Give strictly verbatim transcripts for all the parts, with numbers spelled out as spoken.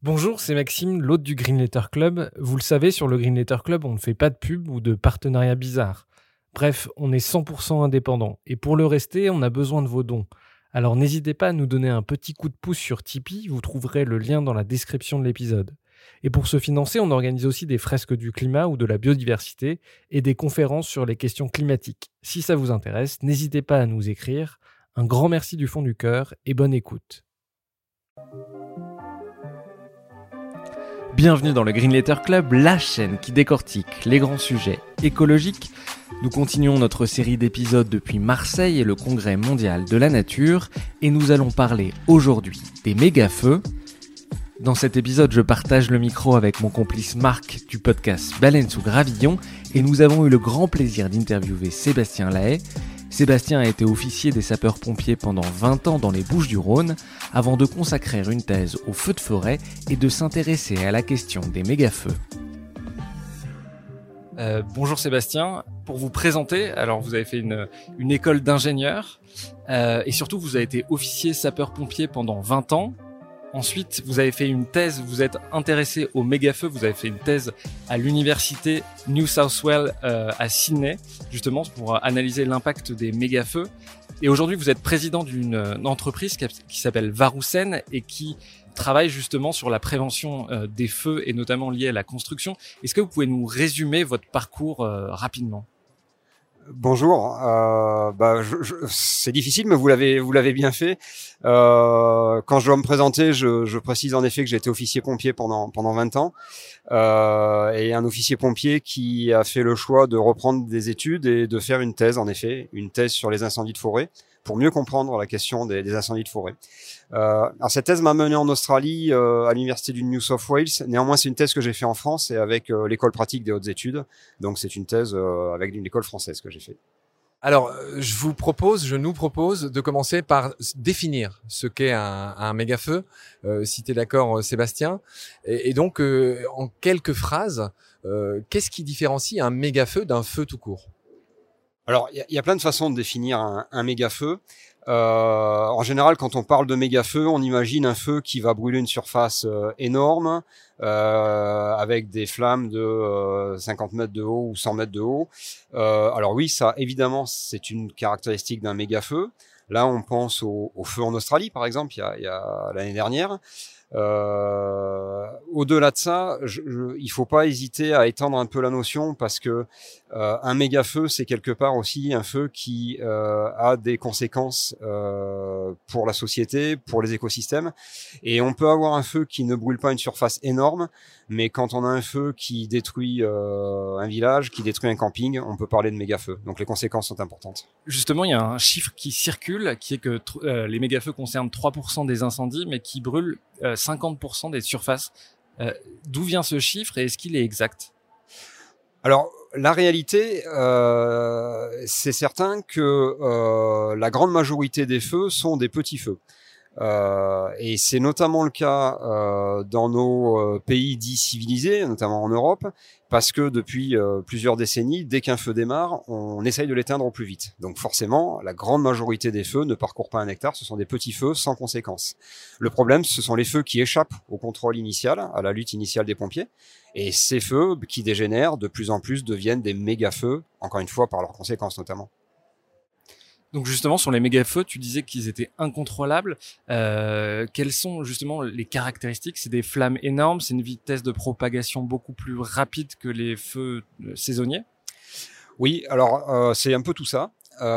Bonjour, c'est Maxime, l'hôte du Green Letter Club. Vous le savez, sur le Green Letter Club, on ne fait pas de pub ou de partenariat bizarre. Bref, on est cent pour cent indépendant. Et pour le rester, on a besoin de vos dons. Alors n'hésitez pas à nous donner un petit coup de pouce sur Tipeee, vous trouverez le lien dans la description de l'épisode. Et pour se financer, on organise aussi des fresques du climat ou de la biodiversité et des conférences sur les questions climatiques. Si ça vous intéresse, n'hésitez pas à nous écrire. Un grand merci du fond du cœur et bonne écoute. Bienvenue dans le Green Letter Club, la chaîne qui décortique les grands sujets écologiques. Nous continuons notre série d'épisodes depuis Marseille et le Congrès mondial de la nature et nous allons parler aujourd'hui des méga-feux. Dans cet épisode, je partage le micro avec mon complice Marc du podcast Baleine sous Gravillon et nous avons eu le grand plaisir d'interviewer Sébastien Lahaye. Sébastien a été officier des sapeurs-pompiers pendant vingt ans dans les Bouches-du-Rhône, avant de consacrer une thèse aux feux de forêt et de s'intéresser à la question des méga-feux. Euh, bonjour Sébastien, pour vous présenter, alors vous avez fait une, une école d'ingénieur euh, et surtout vous avez été officier sapeur-pompier pendant vingt ans. Ensuite, vous avez fait une thèse, vous êtes intéressé aux méga-feux, vous avez fait une thèse à l'université New South Wales euh, à Sydney, justement pour analyser l'impact des méga-feux. Et aujourd'hui, vous êtes président d'une une entreprise qui, qui s'appelle Varoussen et qui travaille justement sur la prévention euh, des feux et notamment liée à la construction. Est-ce que vous pouvez nous résumer votre parcours euh, rapidement ? Bonjour, euh, bah, je, je, c'est difficile, mais vous l'avez, vous l'avez bien fait. Euh, quand je dois me présenter, je, je précise en effet que j'ai été officier pompier pendant pendant vingt ans, euh, et un officier pompier qui a fait le choix de reprendre des études et de faire une thèse, en effet, une thèse sur les incendies de forêt, pour mieux comprendre la question des, des incendies de forêt. Euh, alors cette thèse m'a mené en Australie, euh, à l'université du New South Wales. Néanmoins, c'est une thèse que j'ai fait en France et avec euh, l'école pratique des hautes études. Donc c'est une thèse euh, avec une école française que j'ai fait. Alors, je vous propose, je nous propose de commencer par définir ce qu'est un, un méga-feu, euh, si tu es d'accord, Sébastien. Et, et donc, euh, en quelques phrases, euh, qu'est-ce qui différencie un méga-feu d'un feu tout court ? Alors, il y, y a plein de façons de définir un, un méga-feu. Euh, en général, quand on parle de méga-feu, on imagine un feu qui va brûler une surface euh, énorme, euh, avec des flammes de euh, cinquante mètres de haut ou cent mètres de haut. Euh, alors oui, ça, évidemment, c'est une caractéristique d'un méga-feu. Là, on pense au, au feu en Australie, par exemple, il y a, il y a l'année dernière. Euh, au-delà de ça, je, je, il faut pas hésiter à étendre un peu la notion parce que euh, un méga feu, c'est quelque part aussi un feu qui euh, a des conséquences euh, pour la société, pour les écosystèmes. Et on peut avoir un feu qui ne brûle pas une surface énorme, mais quand on a un feu qui détruit euh, un village, qui détruit un camping, on peut parler de méga feu. Donc les conséquences sont importantes. Justement, il y a un chiffre qui circule, qui est que euh, les méga-feux concernent trois pour cent des incendies, mais qui brûlent euh, cinquante pour cent des surfaces. Euh, d'où vient ce chiffre et est-ce qu'il est exact ? Alors, la réalité, euh, c'est certain que euh, la grande majorité des feux sont des petits feux. Euh, et c'est notamment le cas euh, dans nos euh, pays dits civilisés, notamment en Europe, parce que depuis euh, plusieurs décennies, dès qu'un feu démarre, on essaye de l'éteindre au plus vite. Donc forcément, la grande majorité des feux ne parcourent pas un hectare, ce sont des petits feux sans conséquences. Le problème, ce sont les feux qui échappent au contrôle initial, à la lutte initiale des pompiers, et ces feux qui dégénèrent de plus en plus deviennent des méga-feux, encore une fois par leurs conséquences notamment. Donc justement, sur les méga-feux, tu disais qu'ils étaient incontrôlables. Euh, quelles sont justement les caractéristiques ? C'est des flammes énormes, c'est une vitesse de propagation beaucoup plus rapide que les feux saisonniers ? Oui, alors euh, c'est un peu tout ça.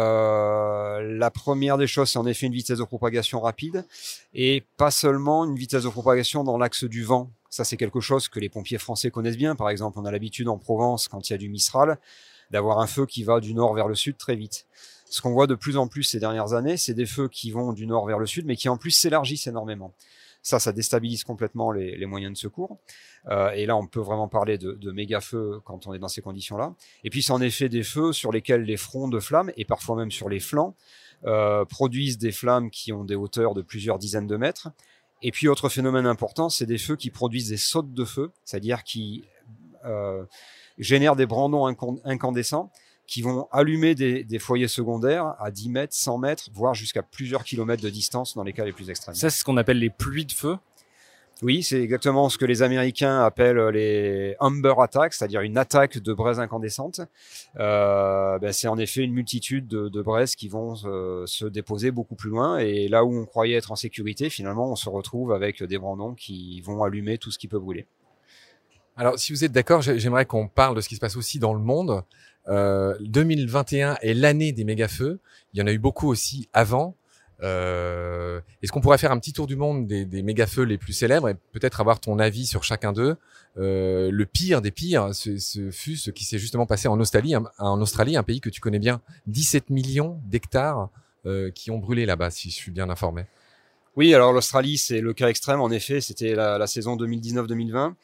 Euh, la première des choses, c'est en effet une vitesse de propagation rapide et pas seulement une vitesse de propagation dans l'axe du vent. Ça, c'est quelque chose que les pompiers français connaissent bien. Par exemple, on a l'habitude en Provence, quand il y a du Mistral, d'avoir un feu qui va du nord vers le sud très vite. Ce qu'on voit de plus en plus ces dernières années, c'est des feux qui vont du nord vers le sud, mais qui en plus s'élargissent énormément. Ça, ça déstabilise complètement les, les moyens de secours. Euh, et là, on peut vraiment parler de, de méga-feux quand on est dans ces conditions-là. Et puis, c'est en effet des feux sur lesquels les fronts de flammes, et parfois même sur les flancs, euh, produisent des flammes qui ont des hauteurs de plusieurs dizaines de mètres. Et puis, autre phénomène important, c'est des feux qui produisent des sautes de feu, c'est-à-dire qui euh, génèrent des brandons incandescents, qui vont allumer des, des foyers secondaires à dix mètres, cent mètres, voire jusqu'à plusieurs kilomètres de distance dans les cas les plus extrêmes. Ça, c'est ce qu'on appelle les pluies de feu. Oui, c'est exactement ce que les Américains appellent les Amber Attacks, c'est-à-dire une attaque de braises incandescentes. Euh, ben c'est en effet une multitude de, de braises qui vont euh, se déposer beaucoup plus loin. Et là où on croyait être en sécurité, finalement, on se retrouve avec des brandons qui vont allumer tout ce qui peut brûler. Alors, si vous êtes d'accord, j'aimerais qu'on parle de ce qui se passe aussi dans le monde. Euh, deux mille vingt et un est l'année des méga-feux. Il y en a eu beaucoup aussi avant. Euh, est-ce qu'on pourrait faire un petit tour du monde des, des méga-feux les plus célèbres et peut-être avoir ton avis sur chacun d'eux? Euh, le pire des pires, ce, ce fut ce qui s'est justement passé en Australie, un, en Australie, un pays que tu connais bien. dix-sept millions d'hectares euh, qui ont brûlé là-bas, si je suis bien informé. Oui, alors l'Australie, c'est le cas extrême. En effet, c'était la, la saison deux mille dix-neuf deux mille vingt.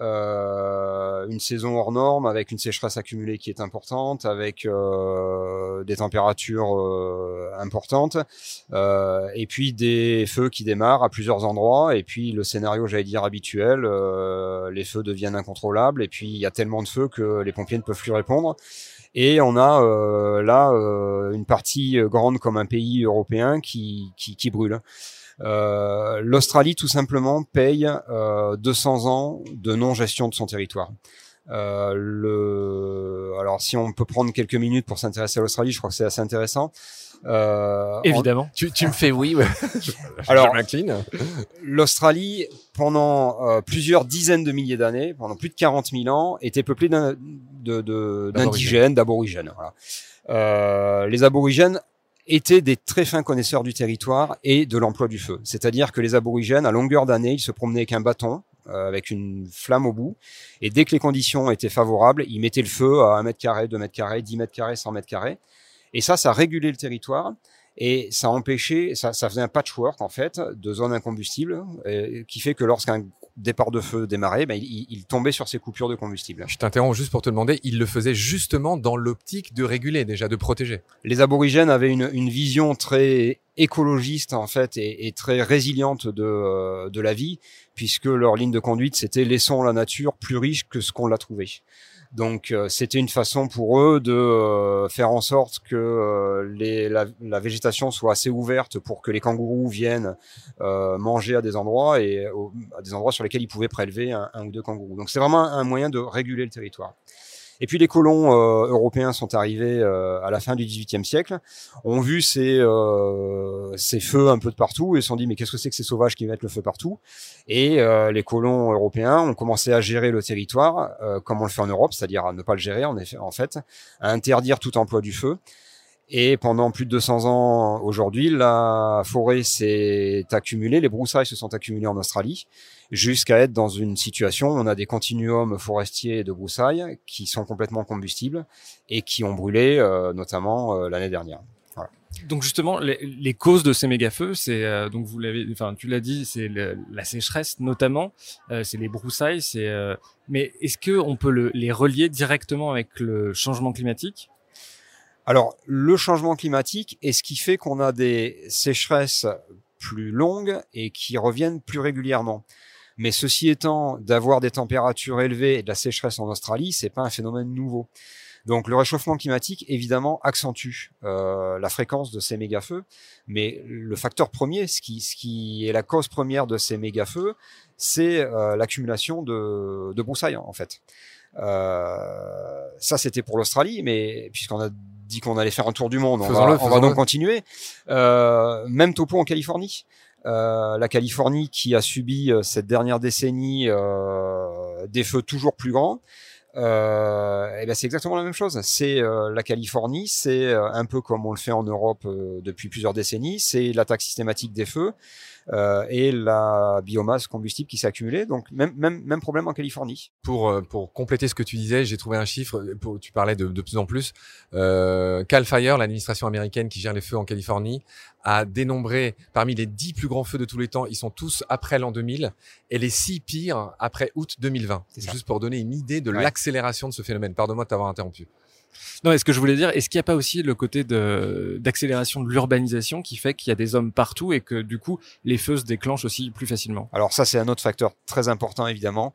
Euh, une saison hors norme avec une sécheresse accumulée qui est importante, avec euh, des températures euh, importantes, euh, et puis des feux qui démarrent à plusieurs endroits, et puis le scénario, j'allais dire, habituel, euh, les feux deviennent incontrôlables, et puis il y a tellement de feux que les pompiers ne peuvent plus répondre. Et on a euh, là euh, une partie grande comme un pays européen qui, qui, qui brûle. Euh, L'Australie, tout simplement, paye euh, deux cents ans de non-gestion de son territoire. Euh, le... Alors, si on peut prendre quelques minutes pour s'intéresser à l'Australie, je crois que c'est assez intéressant. Euh, Évidemment. En... Tu, tu me fais oui. Ouais. Alors, l'Australie, pendant euh, plusieurs dizaines de milliers d'années, pendant plus de quarante mille ans, était peuplée d'un, de, de, d'indigènes, d'aborigènes. Voilà. Euh, les aborigènes étaient des très fins connaisseurs du territoire et de l'emploi du feu. C'est-à-dire que les aborigènes, à longueur d'année, ils se promenaient avec un bâton, euh, avec une flamme au bout, et dès que les conditions étaient favorables, ils mettaient le feu à un mètre carré, deux mètres carrés, dix mètres carrés, cent mètres carrés. Et ça, ça régulait le territoire et ça empêchait, ça, ça faisait un patchwork en fait de zones incombustibles, euh, qui fait que lorsqu'un départ de feu démarrait, ben, il, il tombait sur ces coupures de combustible. Je t'interromps juste pour te demander, il le faisait justement dans l'optique de réguler, déjà de protéger. Les aborigènes avaient une, une vision très écologiste en fait et, et très résiliente de, euh, de la vie, puisque leur ligne de conduite c'était laissons la nature plus riche que ce qu'on l'a trouvée. Donc euh, c'était une façon pour eux de euh, faire en sorte que euh, les, la, la végétation soit assez ouverte pour que les kangourous viennent euh, manger à des endroits et au, à des endroits sur lesquels ils pouvaient prélever un, un ou deux kangourous. Donc c'est vraiment un moyen de réguler le territoire. Et puis les colons euh, européens sont arrivés euh, à la fin du dix-huitième siècle, ont vu ces, euh, ces feux un peu de partout et se sont dit mais qu'est-ce que c'est que ces sauvages qui mettent le feu partout? Et euh, les colons européens ont commencé à gérer le territoire euh, comme on le fait en Europe, c'est-à-dire à ne pas le gérer en, effet, en fait, à interdire tout emploi du feu. Et pendant plus de deux cents ans aujourd'hui, la forêt s'est accumulée, les broussailles se sont accumulées en Australie, jusqu'à être dans une situation où on a des continuums forestiers de broussailles qui sont complètement combustibles et qui ont brûlé, euh, notamment euh, l'année dernière. Voilà. Donc justement, les, les causes de ces méga-feux, c'est euh, donc vous l'avez, enfin tu l'as dit, c'est le, la sécheresse notamment, euh, c'est les broussailles, c'est. Euh, mais est-ce que on peut le, les relier directement avec le changement climatique? Alors, le changement climatique est ce qui fait qu'on a des sécheresses plus longues et qui reviennent plus régulièrement. Mais ceci étant, d'avoir des températures élevées et de la sécheresse en Australie, c'est pas un phénomène nouveau. Donc, le réchauffement climatique, évidemment, accentue euh, la fréquence de ces méga-feux. Mais le facteur premier, ce qui, ce qui est la cause première de ces méga-feux, c'est euh, l'accumulation de, de broussailles, en fait. Euh, ça, c'était pour l'Australie, mais puisqu'on a dit qu'on allait faire un tour du monde, on va, on va donc continuer. Euh, même topo en Californie. Euh, la Californie qui a subi euh, cette dernière décennie euh, des feux toujours plus grands. Euh, et ben c'est exactement la même chose. C'est euh, la Californie, c'est euh, un peu comme on le fait en Europe euh, depuis plusieurs décennies. C'est l'attaque systématique des feux euh, et la biomasse combustible qui s'est accumulée. Donc même même même problème en Californie. Pour pour compléter ce que tu disais, j'ai trouvé un chiffre. Pour, tu parlais de de plus en plus. Euh, Cal Fire, l'administration américaine qui gère les feux en Californie, a dénombré parmi les dix plus grands feux de tous les temps, ils sont tous après l'an deux mille, et les six pires après août deux mille vingt. C'est juste pour donner une idée de ouais. l'accélération de ce phénomène. Pardonne-moi de t'avoir interrompu. Non, est-ce que je voulais dire, est-ce qu'il n'y a pas aussi le côté de d'accélération de l'urbanisation qui fait qu'il y a des hommes partout et que du coup les feux se déclenchent aussi plus facilement? Alors ça, c'est un autre facteur très important évidemment.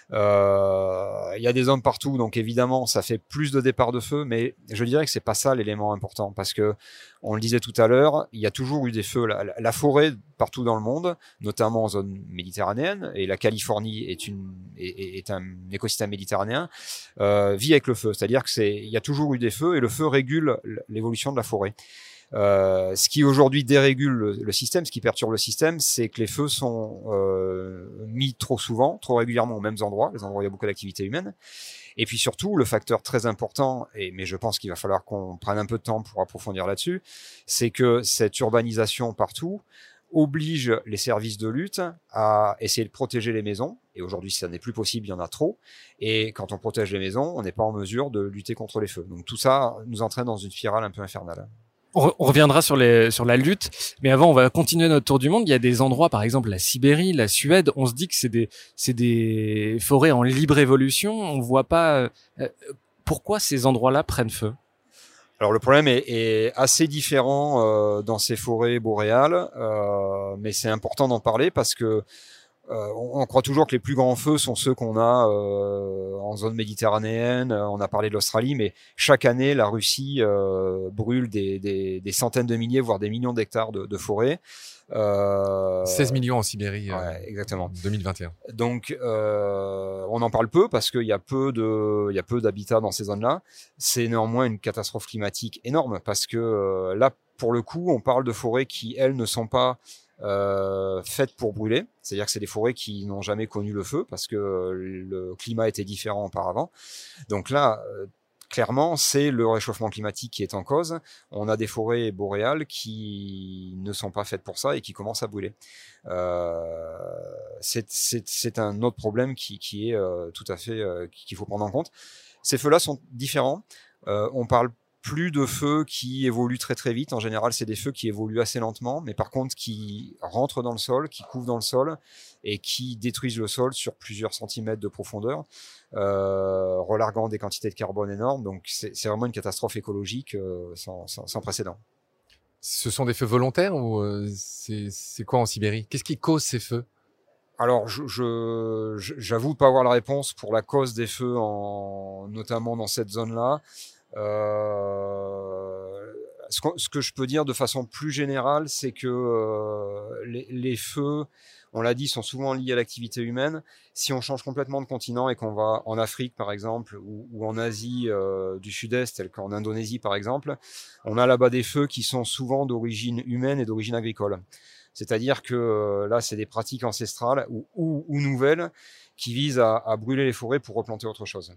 Euh, il y a des hommes partout, donc évidemment, ça fait plus de départs de feu, mais je dirais que c'est pas ça l'élément important, parce que on le disait tout à l'heure, il y a toujours eu des feux. La, la forêt partout dans le monde, notamment en zone méditerranéenne, et la Californie est une est, est un écosystème méditerranéen, euh, vit avec le feu. C'est-à-dire que c'est il y a toujours eu des feux et le feu régule l'évolution de la forêt. Euh, ce qui aujourd'hui dérégule le, le système, ce qui perturbe le système, c'est que les feux sont euh, mis trop souvent, trop régulièrement aux mêmes endroits, les endroits où il y a beaucoup d'activité humaine. Et puis surtout, le facteur très important, et mais je pense qu'il va falloir qu'on prenne un peu de temps pour approfondir là-dessus, c'est que cette urbanisation partout oblige les services de lutte à essayer de protéger les maisons. Et aujourd'hui, ça n'est plus possible, il y en a trop. Et quand on protège les maisons, on n'est pas en mesure de lutter contre les feux. Donc tout ça nous entraîne dans une spirale un peu infernale. On reviendra sur, les, sur la lutte, mais avant, on va continuer notre tour du monde. Il y a des endroits, par exemple la Sibérie, la Suède, on se dit que c'est des, c'est des forêts en libre évolution. On voit pas euh, pourquoi ces endroits-là prennent feu. Alors le problème est, est assez différent euh, dans ces forêts boréales, euh, mais c'est important d'en parler parce que Euh, on, on croit toujours que les plus grands feux sont ceux qu'on a euh, en zone méditerranéenne. On a parlé de l'Australie, mais chaque année, la Russie euh, brûle des, des, des centaines de milliers, voire des millions d'hectares de, de forêts. Euh, seize millions en Sibérie, ouais, euh, exactement. deux mille vingt et un. Donc, euh, on en parle peu parce qu'il y a peu de, il y a peu d'habitats dans ces zones-là. C'est néanmoins une catastrophe climatique énorme parce que euh, là, pour le coup, on parle de forêts qui, elles, ne sont pas Euh, faites pour brûler, c'est-à-dire que c'est des forêts qui n'ont jamais connu le feu parce que le climat était différent auparavant. Donc là, euh, clairement, c'est le réchauffement climatique qui est en cause. On a des forêts boréales qui ne sont pas faites pour ça et qui commencent à brûler. Euh, c'est, c'est, c'est un autre problème qui, qui est euh, tout à fait euh, qu'il faut prendre en compte. Ces feux-là sont différents. Euh, on parle plus de feux qui évoluent très très vite. En général, c'est des feux qui évoluent assez lentement, mais par contre qui rentrent dans le sol, qui couvrent dans le sol et qui détruisent le sol sur plusieurs centimètres de profondeur, euh, relarguant des quantités de carbone énormes. Donc c'est, c'est vraiment une catastrophe écologique euh, sans, sans, sans précédent. Ce sont des feux volontaires ou euh, c'est, c'est quoi en Sibérie? Qu'est-ce qui cause ces feux? Alors, je, je, j'avoue pas avoir la réponse pour la cause des feux, en, notamment dans cette zone-là. Euh, ce, que, ce que je peux dire de façon plus générale, c'est que euh, les, les feux, on l'a dit, sont souvent liés à l'activité humaine. Si on change complètement de continent et qu'on va en Afrique, par exemple, ou, ou en Asie euh, du Sud-Est, tel qu'en Indonésie, par exemple, on a là-bas des feux qui sont souvent d'origine humaine et d'origine agricole. C'est-à-dire que euh, là, c'est des pratiques ancestrales ou, ou, ou nouvelles qui visent à, à brûler les forêts pour replanter autre chose.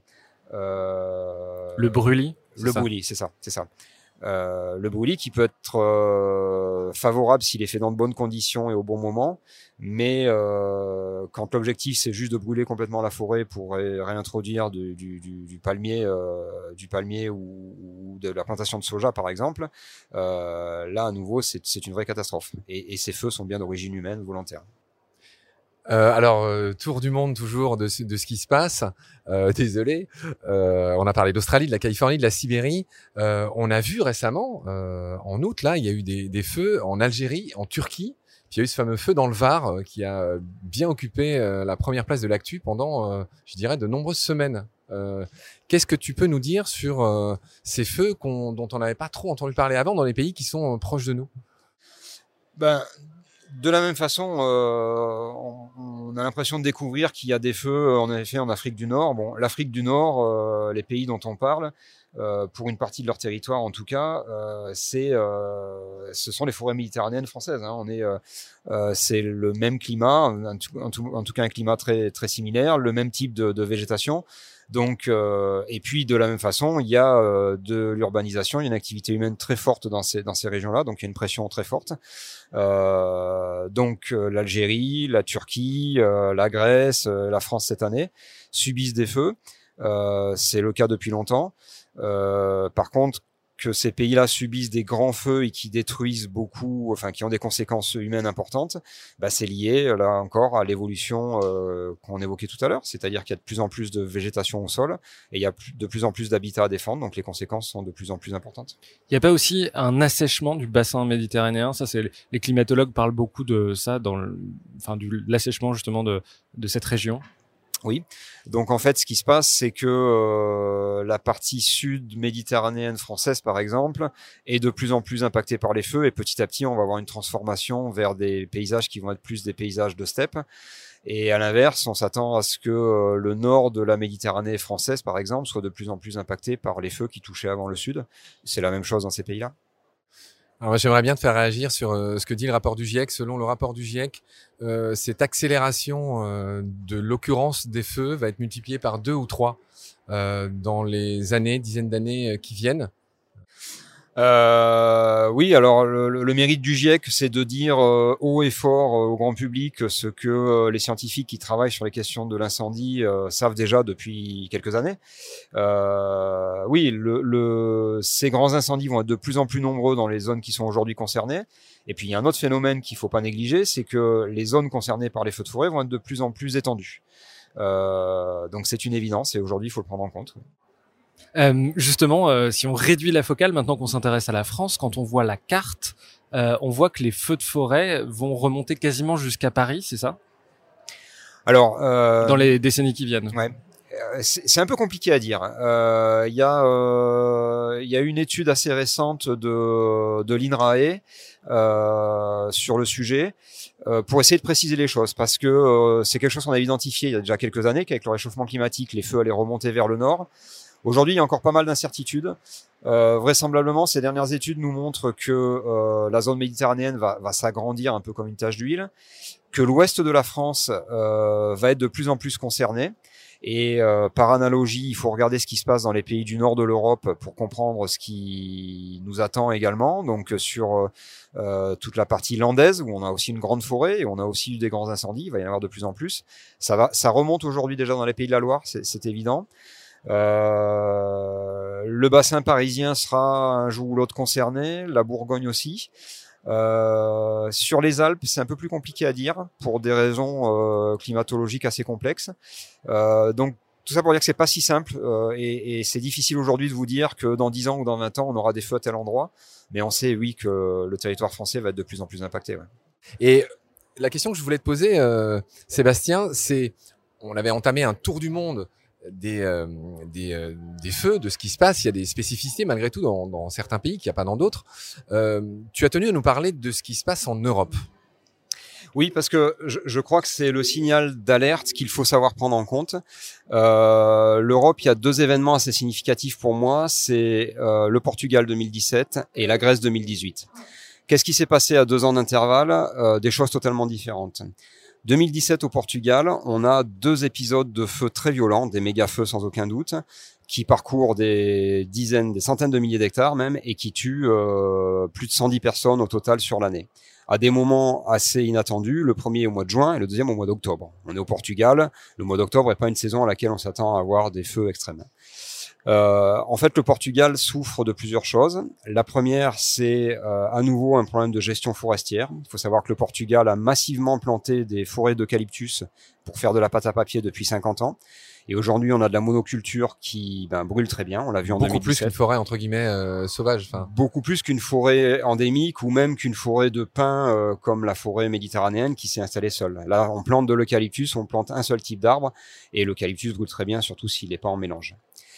Euh, le brûlis, le brûlis, c'est ça, c'est ça. Euh, le brûlis qui peut être euh, favorable s'il est fait dans de bonnes conditions et au bon moment, mais euh, quand l'objectif c'est juste de brûler complètement la forêt pour ré- réintroduire du, du, du, du palmier, euh, du palmier ou, ou de la plantation de soja par exemple, euh, là à nouveau c'est, c'est une vraie catastrophe. Et, et ces feux sont bien d'origine humaine volontaire. Euh, alors, euh, tour du monde toujours de ce, de ce qui se passe. Euh, désolé, euh, on a parlé d'Australie, de la Californie, de la Sibérie. Euh, on a vu récemment, euh, en août, là, il y a eu des, des feux en Algérie, en Turquie. Puis il y a eu ce fameux feu dans le Var euh, qui a bien occupé euh, la première place de l'actu pendant, euh, je dirais, de nombreuses semaines. Euh, qu'est-ce que tu peux nous dire sur euh, ces feux qu'on, dont on n'avait pas trop entendu parler avant dans les pays qui sont euh, proches de nous? Ben... De la même façon, euh, on, on a l'impression de découvrir qu'il y a des feux en effet en Afrique du Nord. Bon, l'Afrique du Nord, euh, les pays dont on parle, euh, pour une partie de leur territoire en tout cas, euh, c'est, euh, ce sont les forêts méditerranéennes françaises. Hein. On est, euh, euh, c'est le même climat, en tout, en, tout, en tout cas un climat très très similaire, le même type de, de végétation. Donc, euh, et puis de la même façon, il y a euh, de l'urbanisation, il y a une activité humaine très forte dans ces dans ces régions-là, donc il y a une pression très forte. Euh, donc euh, l'Algérie, la Turquie, euh, la Grèce, euh, la France cette année subissent des feux. Euh, c'est le cas depuis longtemps. Euh, par contre, que ces pays-là subissent des grands feux et qui détruisent beaucoup, enfin qui ont des conséquences humaines importantes, bah c'est lié là encore à l'évolution euh, qu'on évoquait tout à l'heure, c'est-à-dire qu'il y a de plus en plus de végétation au sol et il y a de plus en plus d'habitats à défendre, donc les conséquences sont de plus en plus importantes. Il n'y a pas aussi un assèchement du bassin méditerranéen? Ça, c'est les climatologues parlent beaucoup de ça dans le, enfin du l'assèchement justement de de cette région. Oui. Donc en fait, ce qui se passe, c'est que euh, la partie sud méditerranéenne française, par exemple, est de plus en plus impactée par les feux et petit à petit, on va avoir une transformation vers des paysages qui vont être plus des paysages de steppe. Et à l'inverse, on s'attend à ce que euh, le nord de la Méditerranée française, par exemple, soit de plus en plus impacté par les feux qui touchaient avant le sud. C'est la même chose dans ces pays-là. Alors, j'aimerais bien te faire réagir sur euh, ce que dit le rapport du GIEC. Selon le rapport du GIEC, euh, cette accélération euh, de l'occurrence des feux va être multipliée par deux ou trois euh, dans les années, dizaines d'années qui viennent. Euh, oui, alors le, le mérite du GIEC, c'est de dire euh, haut et fort euh, au grand public ce que euh, les scientifiques qui travaillent sur les questions de l'incendie euh, savent déjà depuis quelques années. Euh, oui, le, le, ces grands incendies vont être de plus en plus nombreux dans les zones qui sont aujourd'hui concernées. Et puis il y a un autre phénomène qu'il faut pas négliger, c'est que les zones concernées par les feux de forêt vont être de plus en plus étendues. Euh, donc c'est une évidence et aujourd'hui il faut le prendre en compte. Euh, justement, euh, si on réduit la focale, maintenant qu'on s'intéresse à la France, quand on voit la carte, euh, on voit que les feux de forêt vont remonter quasiment jusqu'à Paris, c'est ça? Alors, euh, dans les décennies qui viennent. Ouais. C'est, c'est un peu compliqué à dire. Il euh, y a, euh, il y a une étude assez récente de, de l'INRAE euh, sur le sujet euh, pour essayer de préciser les choses, parce que euh, c'est quelque chose qu'on a identifié il y a déjà quelques années, qu'avec le réchauffement climatique, les feux allaient remonter vers le nord. Aujourd'hui, il y a encore pas mal d'incertitudes. Euh, vraisemblablement, ces dernières études nous montrent que euh, la zone méditerranéenne va, va s'agrandir un peu comme une tache d'huile, que l'ouest de la France euh, va être de plus en plus concerné. Et euh, par analogie, il faut regarder ce qui se passe dans les pays du nord de l'Europe pour comprendre ce qui nous attend également. Donc sur euh, toute la partie landaise, où on a aussi une grande forêt et on a aussi eu des grands incendies, il va y en avoir de plus en plus. Ça va, ça remonte aujourd'hui déjà dans les pays de la Loire, c'est, c'est évident. Euh, le bassin parisien sera un jour ou l'autre concerné, la Bourgogne aussi. Euh, sur les Alpes, c'est un peu plus compliqué à dire pour des raisons euh, climatologiques assez complexes. Euh, donc tout ça pour dire que c'est pas si simple euh, et, et c'est difficile aujourd'hui de vous dire que dans dix ans ou dans vingt ans on aura des feux à tel endroit, mais on sait oui que le territoire français va être de plus en plus impacté. Ouais. Et la question que je voulais te poser, euh, Sébastien, c'est on avait entamé un tour du monde des euh, des, euh, des feux, de ce qui se passe. Il y a des spécificités malgré tout dans, dans certains pays qu'il n'y a pas dans d'autres. Euh, tu as tenu à nous parler de ce qui se passe en Europe. Oui, parce que je, je crois que c'est le signal d'alerte qu'il faut savoir prendre en compte. Euh, L'Europe, il y a deux événements assez significatifs pour moi. C'est euh, le Portugal deux mille dix-sept et la Grèce deux mille dix-huit. Qu'est-ce qui s'est passé à deux ans d'intervalle? euh, Des choses totalement différentes. deux mille dix-sept au Portugal, on a deux épisodes de feux très violents, des méga feux sans aucun doute, qui parcourent des dizaines, des centaines de milliers d'hectares même, et qui tuent euh, plus de cent dix personnes au total sur l'année. À des moments assez inattendus, le premier au mois de juin et le deuxième au mois d'octobre. On est au Portugal, le mois d'octobre n'est pas une saison à laquelle on s'attend à avoir des feux extrêmes. Euh, en fait, le Portugal souffre de plusieurs choses. La première, c'est euh, à nouveau un problème de gestion forestière. Il faut savoir que le Portugal a massivement planté des forêts d'eucalyptus pour faire de la pâte à papier depuis cinquante ans. Et aujourd'hui, on a de la monoculture qui ben, brûle très bien. On l'a vu en Beaucoup deux mille dix-sept. Plus qu'une forêt entre guillemets euh, sauvage. Enfin. Beaucoup plus qu'une forêt endémique ou même qu'une forêt de pins euh, comme la forêt méditerranéenne qui s'est installée seule. Là, on plante de l'eucalyptus, on plante un seul type d'arbre et l'eucalyptus brûle très bien, surtout s'il n'est pas en mélange.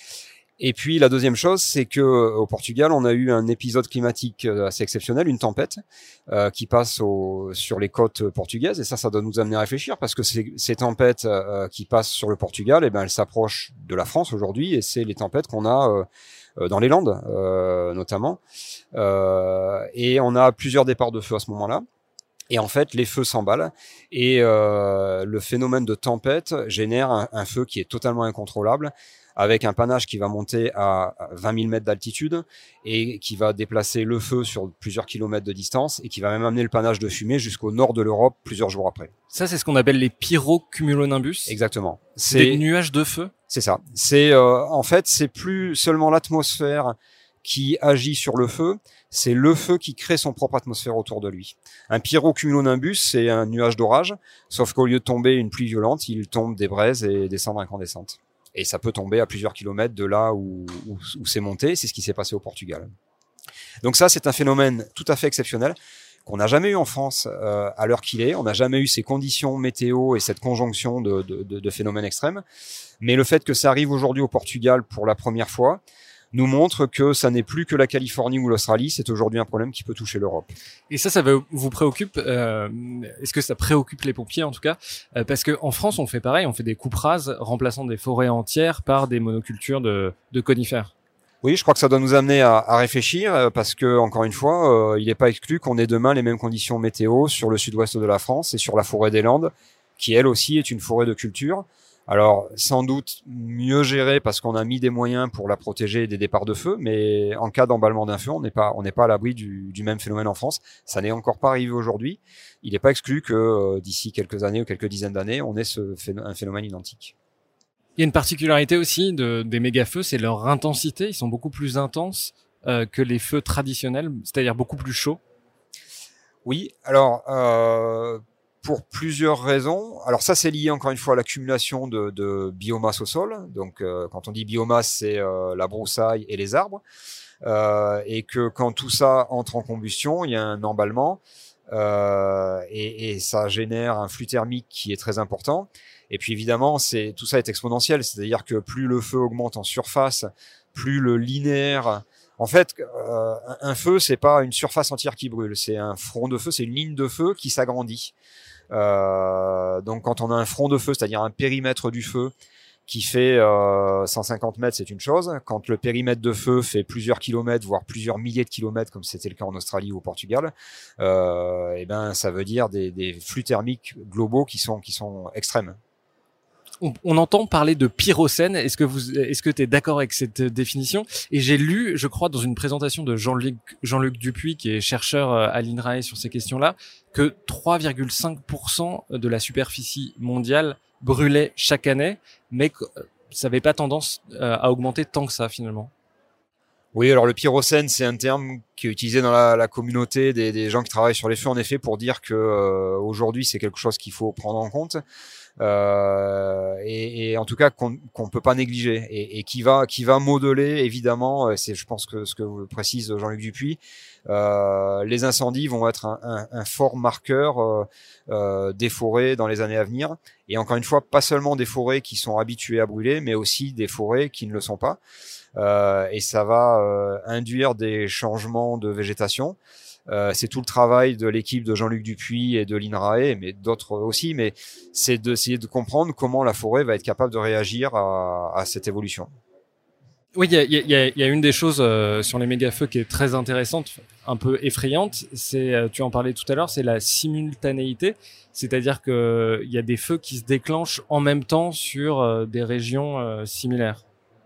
Et puis la deuxième chose, c'est que au Portugal, on a eu un épisode climatique assez exceptionnel, une tempête euh, qui passe au, sur les côtes portugaises. Et ça, ça doit nous amener à réfléchir parce que ces, ces tempêtes euh, qui passent sur le Portugal, eh ben, elles s'approchent de la France aujourd'hui. Et c'est les tempêtes qu'on a euh, dans les Landes, euh, notamment. Euh, et on a plusieurs départs de feu à ce moment-là. Et en fait, les feux s'emballent et euh, le phénomène de tempête génère un, un feu qui est totalement incontrôlable, avec un panache qui va monter à vingt mille mètres d'altitude et qui va déplacer le feu sur plusieurs kilomètres de distance et qui va même amener le panache de fumée jusqu'au nord de l'Europe plusieurs jours après. Ça, c'est ce qu'on appelle les pyrocumulonimbus. Exactement. C'est des nuages de feu. C'est ça. C'est euh, en fait, c'est plus seulement l'atmosphère qui agit sur le feu, c'est le feu qui crée son propre atmosphère autour de lui. Un pyrocumulonimbus, c'est un nuage d'orage, sauf qu'au lieu de tomber une pluie violente, il tombe des braises et des cendres incandescentes. Et ça peut tomber à plusieurs kilomètres de là où, où, où c'est monté. C'est ce qui s'est passé au Portugal. Donc ça, c'est un phénomène tout à fait exceptionnel qu'on n'a jamais eu en France euh, à l'heure qu'il est. On n'a jamais eu ces conditions météo et cette conjonction de, de, de, de phénomènes extrêmes. Mais le fait que ça arrive aujourd'hui au Portugal pour la première fois nous montre que ça n'est plus que la Californie ou l'Australie, c'est aujourd'hui un problème qui peut toucher l'Europe. Et ça, ça vous préoccupe euh, Est-ce que ça préoccupe les pompiers en tout cas euh, Parce que en France, on fait pareil, on fait des coupes rases remplaçant des forêts entières par des monocultures de, de conifères. Oui, je crois que ça doit nous amener à, à réfléchir parce que, encore une fois, euh, il n'est pas exclu qu'on ait demain les mêmes conditions météo sur le sud-ouest de la France et sur la forêt des Landes, qui elle aussi est une forêt de culture. Alors, sans doute mieux gérée parce qu'on a mis des moyens pour la protéger des départs de feu, mais en cas d'emballement d'un feu, on n'est pas, on n'est pas à l'abri du, du même phénomène en France. Ça n'est encore pas arrivé aujourd'hui. Il n'est pas exclu que euh, d'ici quelques années ou quelques dizaines d'années, on ait ce phé- un phénomène identique. Il y a une particularité aussi de, des méga-feux, c'est leur intensité. Ils sont beaucoup plus intenses euh, que les feux traditionnels, c'est-à-dire beaucoup plus chauds. Oui, alors... Euh, pour plusieurs raisons. Alors ça, c'est lié encore une fois à l'accumulation de, de biomasse au sol. Donc, euh, quand on dit biomasse, c'est euh, la broussaille et les arbres. Euh, et que quand tout ça entre en combustion, il y a un emballement euh, et, et ça génère un flux thermique qui est très important. Et puis évidemment, c'est tout ça est exponentiel. C'est-à-dire que plus le feu augmente en surface, plus le linéaire... En fait, euh, un feu, c'est pas une surface entière qui brûle. C'est un front de feu, c'est une ligne de feu qui s'agrandit. Euh, donc quand on a un front de feu, c'est-à-dire un périmètre du feu qui fait euh, cent cinquante mètres, c'est une chose. Quand le périmètre de feu fait plusieurs kilomètres, voire plusieurs milliers de kilomètres, comme c'était le cas en Australie ou au Portugal, euh, et ben ça veut dire des, des flux thermiques globaux qui sont qui sont extrêmes. On, on entend parler de pyrocène. Est-ce que vous, est-ce que tu es d'accord avec cette définition? Et j'ai lu, je crois, dans une présentation de Jean-Luc, Jean-Luc Dupuis, qui est chercheur à l'INRAE sur ces questions-là, que trois virgule cinq pour cent de la superficie mondiale brûlait chaque année, mais que ça n'avait pas tendance à augmenter tant que ça, finalement. Oui, alors le pyrocène, c'est un terme qui est utilisé dans la, la communauté des, des gens qui travaillent sur les feux, en effet, pour dire que euh, aujourd'hui, c'est quelque chose qu'il faut prendre en compte. Euh, et, et en tout cas qu'on qu'on peut pas négliger et, et qui va qui va modeler évidemment, c'est je pense que ce que précise Jean-Luc Dupuis, euh, les incendies vont être un, un, un fort marqueur euh, euh, des forêts dans les années à venir, et encore une fois pas seulement des forêts qui sont habituées à brûler, mais aussi des forêts qui ne le sont pas, euh, et ça va euh, induire des changements de végétation. Euh, c'est tout le travail de l'équipe de Jean-Luc Dupuis et de l'INRAE, mais d'autres aussi, mais c'est d'essayer de comprendre comment la forêt va être capable de réagir à, à cette évolution. Oui, il y a, y, a, y a une des choses euh, sur les méga-feux qui est très intéressante, un peu effrayante, c'est, euh, tu en parlais tout à l'heure, c'est la simultanéité, c'est-à-dire que il y a des feux qui se déclenchent en même temps sur euh, des régions euh, similaires.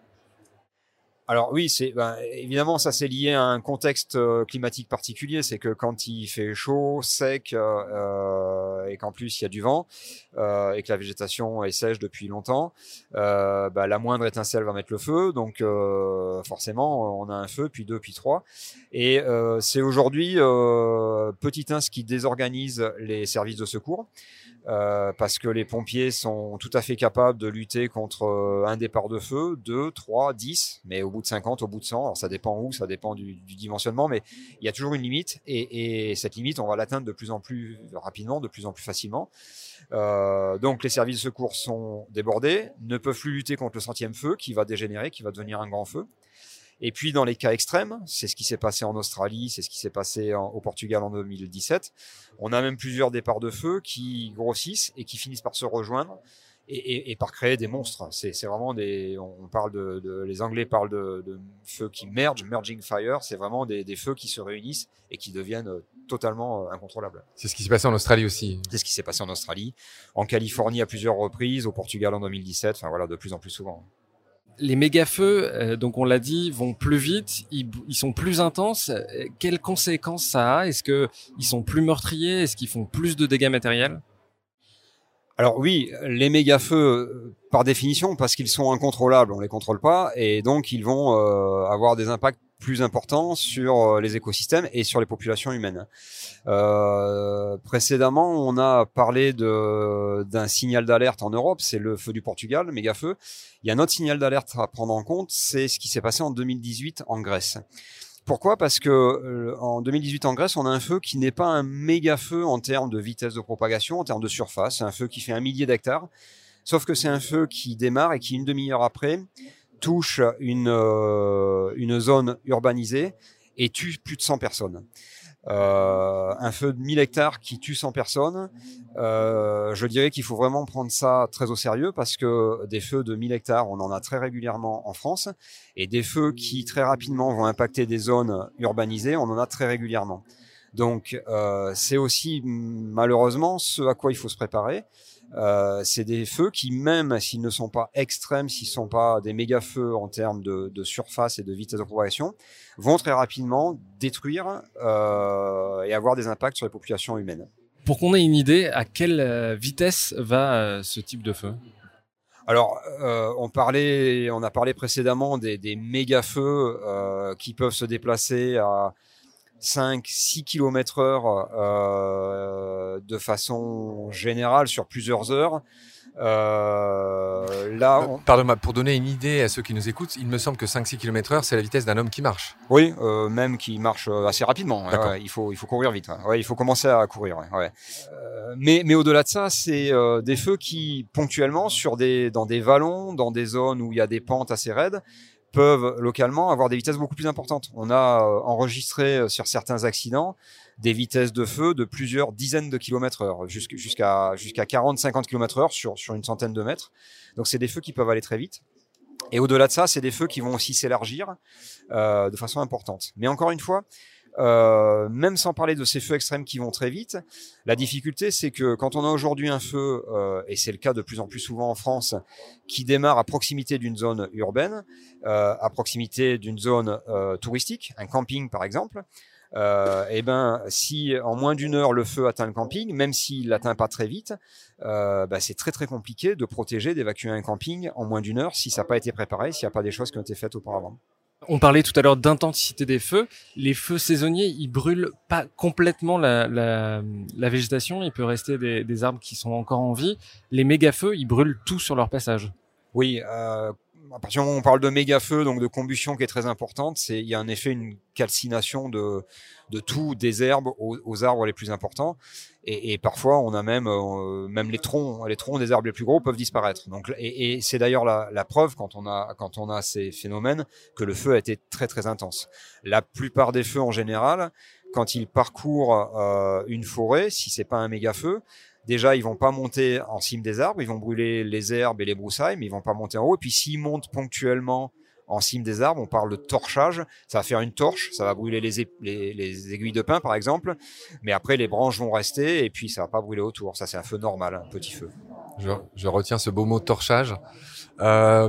Alors oui, c'est ben, évidemment ça c'est lié à un contexte euh, climatique particulier, c'est que quand il fait chaud, sec euh, et qu'en plus il y a du vent euh, et que la végétation est sèche depuis longtemps, euh, bah, la moindre étincelle va mettre le feu, donc euh, forcément on a un feu, puis deux, puis trois. Et euh, c'est aujourd'hui euh, petit un ce qui désorganise les services de secours. Euh, parce que les pompiers sont tout à fait capables de lutter contre euh, un départ de feu, deux, trois, dix, mais au bout de cinquante, au bout de cent, alors ça dépend où, ça dépend du, du dimensionnement, mais il y a toujours une limite, et, et cette limite, on va l'atteindre de plus en plus rapidement, de plus en plus facilement. Euh, donc les services de secours sont débordés, ne peuvent plus lutter contre le centième feu, qui va dégénérer, qui va devenir un grand feu. Et puis dans les cas extrêmes, c'est ce qui s'est passé en Australie, c'est ce qui s'est passé en, au Portugal en deux mille dix-sept, on a même plusieurs départs de feu qui grossissent et qui finissent par se rejoindre et, et, et par créer des monstres. C'est, c'est vraiment des, on parle de, de les Anglais parlent de, de feux qui mergent, merging fire, c'est vraiment des, des feux qui se réunissent et qui deviennent totalement incontrôlables. C'est ce qui s'est passé en Australie aussi. C'est ce qui s'est passé en Australie, en Californie à plusieurs reprises, au Portugal en deux mille dix-sept, enfin voilà, de plus en plus souvent. Les méga-feux, euh, donc on l'a dit, vont plus vite, ils, ils sont plus intenses. Quelles conséquences ça a? Est-ce que ils sont plus meurtriers? Est-ce qu'ils font plus de dégâts matériels? Alors oui, les méga-feux, par définition, parce qu'ils sont incontrôlables, on les contrôle pas, et donc ils vont euh, avoir des impacts plus importants sur les écosystèmes et sur les populations humaines. Euh, précédemment, on a parlé de, d'un signal d'alerte en Europe, c'est le feu du Portugal, le méga-feu. Il y a un autre signal d'alerte à prendre en compte, c'est ce qui s'est passé en deux mille dix-huit en Grèce. Pourquoi? Parce que euh, en deux mille dix-huit en Grèce, on a un feu qui n'est pas un méga feu en termes de vitesse de propagation, en termes de surface. C'est un feu qui fait un millier d'hectares. Sauf que c'est un feu qui démarre et qui, une demi-heure après, touche une, euh, une zone urbanisée et tue plus de cent personnes. Euh, un feu de mille hectares qui tue cent personnes, euh, je dirais qu'il faut vraiment prendre ça très au sérieux parce que des feux de mille hectares, on en a très régulièrement en France, et des feux qui très rapidement vont impacter des zones urbanisées, on en a très régulièrement. Donc euh, c'est aussi malheureusement ce à quoi il faut se préparer. Euh, c'est des feux qui, même s'ils ne sont pas extrêmes, s'ils ne sont pas des méga feux en termes de, de surface et de vitesse de propagation, vont très rapidement détruire euh, et avoir des impacts sur les populations humaines. Pour qu'on ait une idée, à quelle vitesse va euh, ce type de feu? Alors, euh, on parlait, on a parlé précédemment des, des méga feux euh, qui peuvent se déplacer à cinq six kilomètres heure euh, de façon générale sur plusieurs heures. Euh, là, on... Pardon, pour donner une idée à ceux qui nous écoutent, il me semble que cinq six kilomètres heure, c'est la vitesse d'un homme qui marche. Oui, euh, même qui marche assez rapidement. Ouais, ouais, il faut, il faut courir vite. Ouais. Ouais, il faut commencer à courir. Ouais, ouais. Euh, mais, mais au-delà de ça, c'est euh, des feux qui, ponctuellement, sur des, dans des vallons, dans des zones où il y a des pentes assez raides, peuvent localement avoir des vitesses beaucoup plus importantes. On a euh, enregistré euh, sur certains accidents des vitesses de feu de plusieurs dizaines de kilomètres heure, jusqu'à jusqu'à quarante cinquante kilomètres heure sur, sur une centaine de mètres. Donc c'est des feux qui peuvent aller très vite. Et au-delà de ça, c'est des feux qui vont aussi s'élargir euh, de façon importante. Mais encore une fois, Euh, même sans parler de ces feux extrêmes qui vont très vite, la difficulté c'est que quand on a aujourd'hui un feu, euh, et c'est le cas de plus en plus souvent en France, qui démarre à proximité d'une zone urbaine, euh, à proximité d'une zone euh, touristique, un camping par exemple, euh, et ben si en moins d'une heure le feu atteint le camping, même s'il l'atteint pas très vite, euh, bah, c'est très très compliqué de protéger, d'évacuer un camping en moins d'une heure si ça n'a pas été préparé, s'il n'y a pas des choses qui ont été faites auparavant. On parlait tout à l'heure d'intensité des feux. Les feux saisonniers, ils brûlent pas complètement la, la, la végétation. Il peut rester des, des arbres qui sont encore en vie. Les méga-feux, ils brûlent tout sur leur passage. Oui, euh, à partir du moment où on parle de méga-feu, donc de combustion qui est très importante, c'est il y a en effet une calcination de de tout, des herbes aux, aux arbres les plus importants, et, et parfois on a même euh, même les troncs, les troncs des arbres les plus gros peuvent disparaître. Donc et, et c'est d'ailleurs la, la preuve quand on a quand on a ces phénomènes que le feu a été très très intense. La plupart des feux en général, quand ils parcourent euh, une forêt, si c'est pas un méga-feu, déjà, ils vont pas monter en cime des arbres, ils vont brûler les herbes et les broussailles, mais ils vont pas monter en haut. Et puis, s'ils montent ponctuellement en cime des arbres, on parle de torchage. Ça va faire une torche, ça va brûler les, é- les, les aiguilles de pin, par exemple. Mais après, les branches vont rester et puis ça va pas brûler autour. Ça, c'est un feu normal, un petit feu. Je, je retiens ce beau mot torchage. Euh...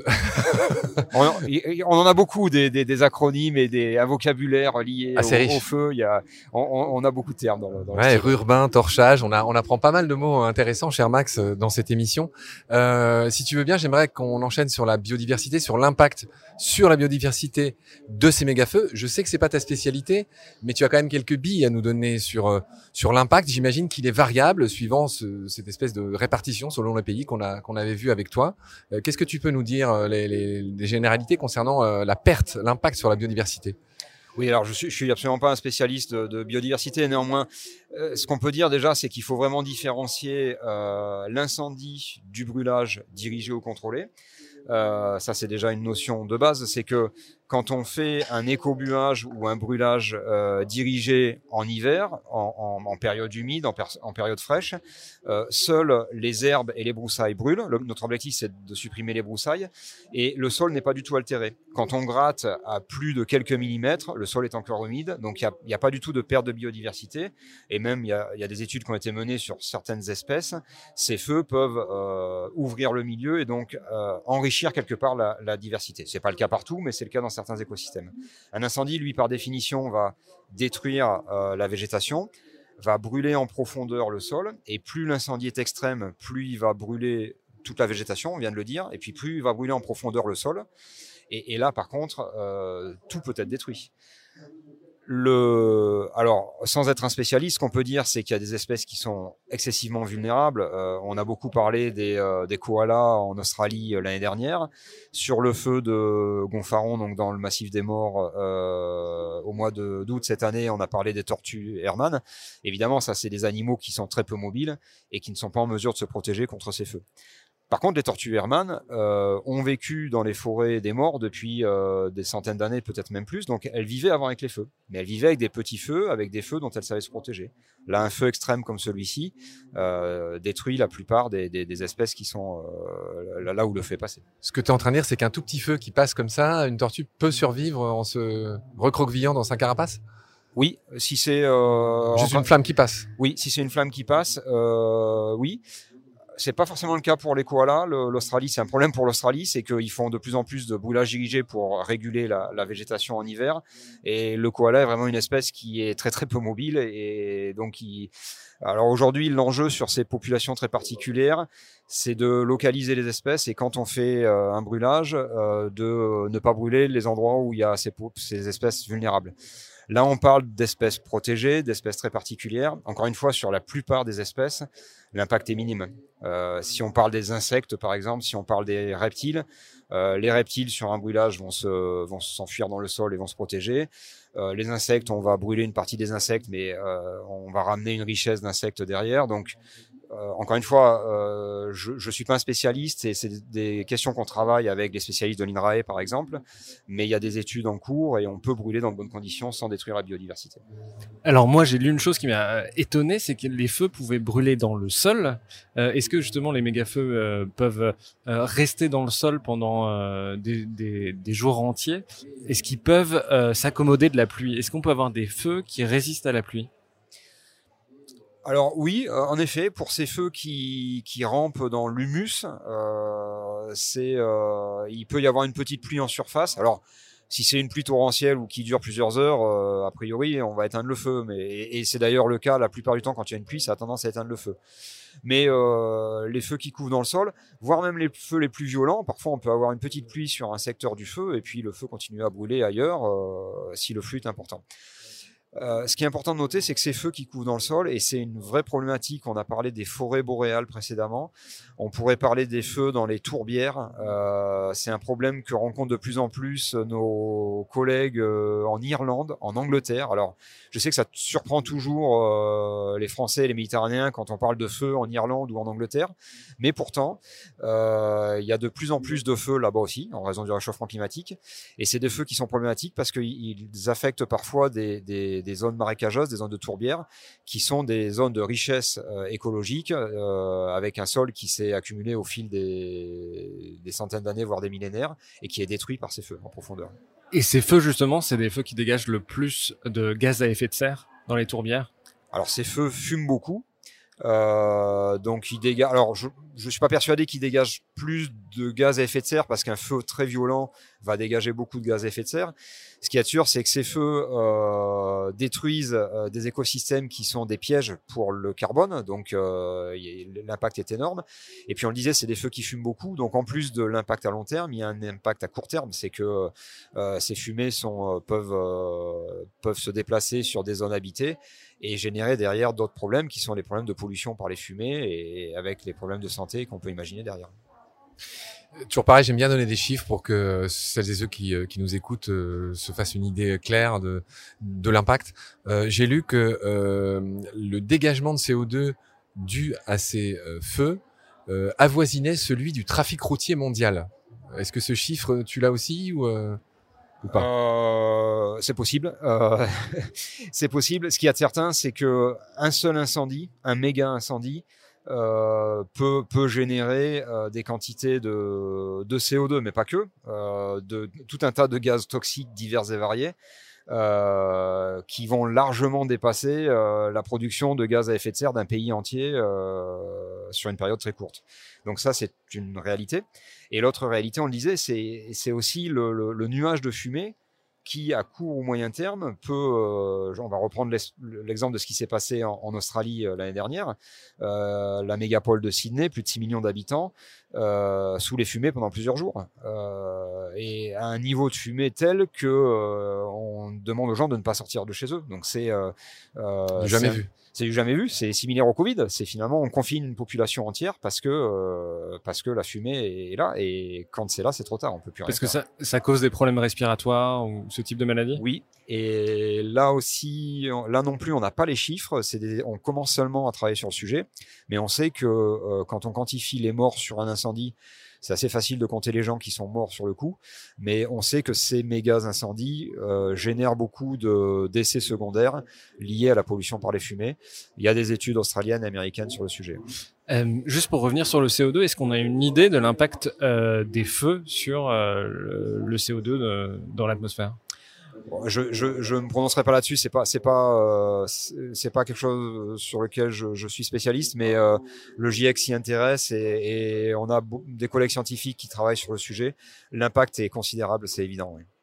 on, on en a beaucoup des, des, des acronymes et des un vocabulaire liés au, au feu. Il y a, on, on a beaucoup de termes dans le. Dans ouais, le urbain, torchage. On a, on apprend pas mal de mots intéressants, cher Max, dans cette émission. Euh, si tu veux bien, j'aimerais qu'on enchaîne sur la biodiversité, sur l'impact sur la biodiversité de ces méga-feux. Je sais que c'est pas ta spécialité, mais tu as quand même quelques billes à nous donner sur sur l'impact. J'imagine qu'il est variable suivant ce, cette espèce de répartition selon le pays qu'on a qu'on avait vu avec toi. Qu'est-ce que tu peux nous dire, les, les, les généralités concernant euh, la perte, l'impact sur la biodiversité? Oui, alors je suis, je suis absolument pas un spécialiste de, de biodiversité. Néanmoins, euh, ce qu'on peut dire déjà, c'est qu'il faut vraiment différencier euh, l'incendie du brûlage dirigé ou contrôlé. Euh, ça, c'est déjà une notion de base. C'est que quand on fait un écobuage ou un brûlage euh, dirigé en hiver, en, en, en période humide, en, per, en période fraîche, euh, seules les herbes et les broussailles brûlent. Le, notre objectif, c'est de supprimer les broussailles et le sol n'est pas du tout altéré. Quand on gratte à plus de quelques millimètres, le sol est encore humide, donc il n'y a, a pas du tout de perte de biodiversité. Et même, il y a, y a des études qui ont été menées sur certaines espèces. Ces feux peuvent euh, ouvrir le milieu et donc euh, enrichir quelque part la, la diversité. C'est pas le cas partout, mais c'est le cas dans certains écosystèmes. Un incendie, lui, par définition, va détruire euh, la végétation, va brûler en profondeur le sol, et plus l'incendie est extrême, plus il va brûler toute la végétation, on vient de le dire, et puis plus il va brûler en profondeur le sol. Et, et là, par contre, euh, tout peut être détruit. Le, alors, sans être un spécialiste, ce qu'on peut dire, c'est qu'il y a des espèces qui sont excessivement vulnérables. Euh, on a beaucoup parlé des, euh, des koalas en Australie euh, l'année dernière. Sur le feu de Gonfaron, donc dans le massif des Morts, euh, au mois de, d'août cette année, on a parlé des tortues Hermann. Évidemment, ça, c'est des animaux qui sont très peu mobiles et qui ne sont pas en mesure de se protéger contre ces feux. Par contre, les tortues Hermann euh, ont vécu dans les forêts des Morts depuis euh, des centaines d'années, peut-être même plus. Donc, elles vivaient avant avec les feux. Mais elles vivaient avec des petits feux, avec des feux dont elles savaient se protéger. Là, un feu extrême comme celui-ci euh, détruit la plupart des, des, des espèces qui sont euh, là où le feu est passé. Ce que tu es en train de dire, c'est qu'un tout petit feu qui passe comme ça, une tortue peut survivre en se recroquevillant dans sa carapace? Oui, si c'est... Euh, Juste enfin, une flamme qui passe? Oui, si c'est une flamme qui passe, euh, oui. C'est pas forcément le cas pour les koalas. Le, L'Australie, c'est un problème pour l'Australie, c'est qu'ils font de plus en plus de brûlage dirigé pour réguler la, la végétation en hiver. Et le koala est vraiment une espèce qui est très très peu mobile. Et donc, il... alors aujourd'hui, l'enjeu sur ces populations très particulières, c'est de localiser les espèces. Et quand on fait euh, un brûlage, euh, de ne pas brûler les endroits où il y a ces, ces espèces vulnérables. Là, on parle d'espèces protégées, d'espèces très particulières. Encore une fois, sur la plupart des espèces, l'impact est minime. Euh, si on parle des insectes, par exemple, si on parle des reptiles, euh, les reptiles sur un brûlage vont se, vont s'enfuir dans le sol et vont se protéger. Euh, les insectes, on va brûler une partie des insectes, mais euh, on va ramener une richesse d'insectes derrière. Donc, Euh, encore une fois, euh, je ne suis pas un spécialiste et c'est des questions qu'on travaille avec les spécialistes de l'INRAE, par exemple, mais il y a des études en cours et on peut brûler dans de bonnes conditions sans détruire la biodiversité. Alors moi, j'ai lu une chose qui m'a étonné, c'est que les feux pouvaient brûler dans le sol. Euh, est-ce que justement les méga-feux euh, peuvent euh, rester dans le sol pendant euh, des, des, des jours entiers? Est-ce qu'ils peuvent euh, s'accommoder de la pluie? Est-ce qu'on peut avoir des feux qui résistent à la pluie? Alors oui, euh, en effet, pour ces feux qui, qui rampent dans l'humus, euh, c'est, euh, il peut y avoir une petite pluie en surface. Alors, si c'est une pluie torrentielle ou qui dure plusieurs heures, euh, a priori, on va éteindre le feu. Mais, et, et c'est d'ailleurs le cas la plupart du temps quand il y a une pluie, ça a tendance à éteindre le feu. Mais euh, les feux qui couvrent dans le sol, voire même les feux les plus violents, parfois on peut avoir une petite pluie sur un secteur du feu et puis le feu continue à brûler ailleurs euh, si le flux est important. Euh, ce qui est important de noter, c'est que ces feux qui couvrent dans le sol, et c'est une vraie problématique, on a parlé des forêts boréales précédemment, on pourrait parler des feux dans les tourbières, euh, c'est un problème que rencontrent de plus en plus nos collègues euh, en Irlande, en Angleterre. Alors, je sais que ça surprend toujours euh, les Français et les Méditerranéens quand on parle de feux en Irlande ou en Angleterre, mais pourtant, euh, il y a de plus en plus de feux là-bas aussi, en raison du réchauffement climatique, et c'est des feux qui sont problématiques parce qu'ils affectent parfois des, des des zones marécageuses, des zones de tourbières, qui sont des zones de richesse euh, écologique, euh, avec un sol qui s'est accumulé au fil des, des centaines d'années, voire des millénaires, et qui est détruit par ces feux en profondeur. Et ces feux, justement, c'est des feux qui dégagent le plus de gaz à effet de serre dans les tourbières? Alors, ces feux fument beaucoup. Euh, donc, ils dégagent. Alors, je ne suis pas persuadé qu'ils dégagent plus de gaz à effet de serre parce qu'un feu très violent va dégager beaucoup de gaz à effet de serre. Ce qui est sûr, c'est que ces feux euh, détruisent euh, des écosystèmes qui sont des pièges pour le carbone, donc euh, l'impact est énorme. Et puis on le disait, c'est des feux qui fument beaucoup, donc en plus de l'impact à long terme, il y a un impact à court terme, c'est que euh, ces fumées sont, euh, peuvent, euh, peuvent se déplacer sur des zones habitées et générer derrière d'autres problèmes qui sont les problèmes de pollution par les fumées et avec les problèmes de santé qu'on peut imaginer derrière. Toujours pareil, j'aime bien donner des chiffres pour que celles et ceux qui, qui nous écoutent euh, se fassent une idée claire de, de l'impact. Euh, j'ai lu que euh, le dégagement de C O deux dû à ces euh, feux euh, avoisinait celui du trafic routier mondial. Est-ce que ce chiffre, tu l'as aussi ou, euh, ou pas? euh, C'est possible. Euh, c'est possible. Ce qu'il y a de certain, c'est que un seul incendie, un méga incendie, Euh, peut, peut générer euh, des quantités de, de C O deux, mais pas que, euh, de tout un tas de gaz toxiques divers et variés euh, qui vont largement dépasser euh, la production de gaz à effet de serre d'un pays entier euh, sur une période très courte. Donc ça, c'est une réalité. Et l'autre réalité, on le disait, c'est, c'est aussi le, le, le nuage de fumée qui, à court ou moyen terme, peut, euh, on va reprendre l'exemple de ce qui s'est passé en, en Australie euh, l'année dernière, euh, la mégapole de Sydney, plus de six millions d'habitants, euh, sous les fumées pendant plusieurs jours, euh, et à un niveau de fumée tel que euh, on demande aux gens de ne pas sortir de chez eux. Donc c'est euh, euh, jamais vu. C'est du jamais vu, c'est similaire au Covid. C'est finalement on confine une population entière parce que euh, parce que la fumée est là, et quand c'est là, c'est trop tard, on peut plus rien Parce que faire. ça, ça cause des problèmes respiratoires ou ce type de maladie. Oui, et là aussi, là non plus, on n'a pas les chiffres. C'est des, on commence seulement à travailler sur le sujet, mais on sait que euh, quand on quantifie les morts sur un incendie, c'est assez facile de compter les gens qui sont morts sur le coup, mais on sait que ces méga incendies euh, génèrent beaucoup de décès secondaires liés à la pollution par les fumées. Il y a des études australiennes et américaines sur le sujet. Euh, juste pour revenir sur le C O deux, est-ce qu'on a une idée de l'impact euh, des feux sur euh, le, le C O deux de, dans l'atmosphère ? Bon, je, je, je me prononcerai pas là-dessus. C'est pas, c'est pas, euh, c'est pas quelque chose sur lequel je, je suis spécialiste, mais euh, le GIEC s'y intéresse et, et on a des collègues scientifiques qui travaillent sur le sujet. L'impact est considérable, c'est évident. Oui.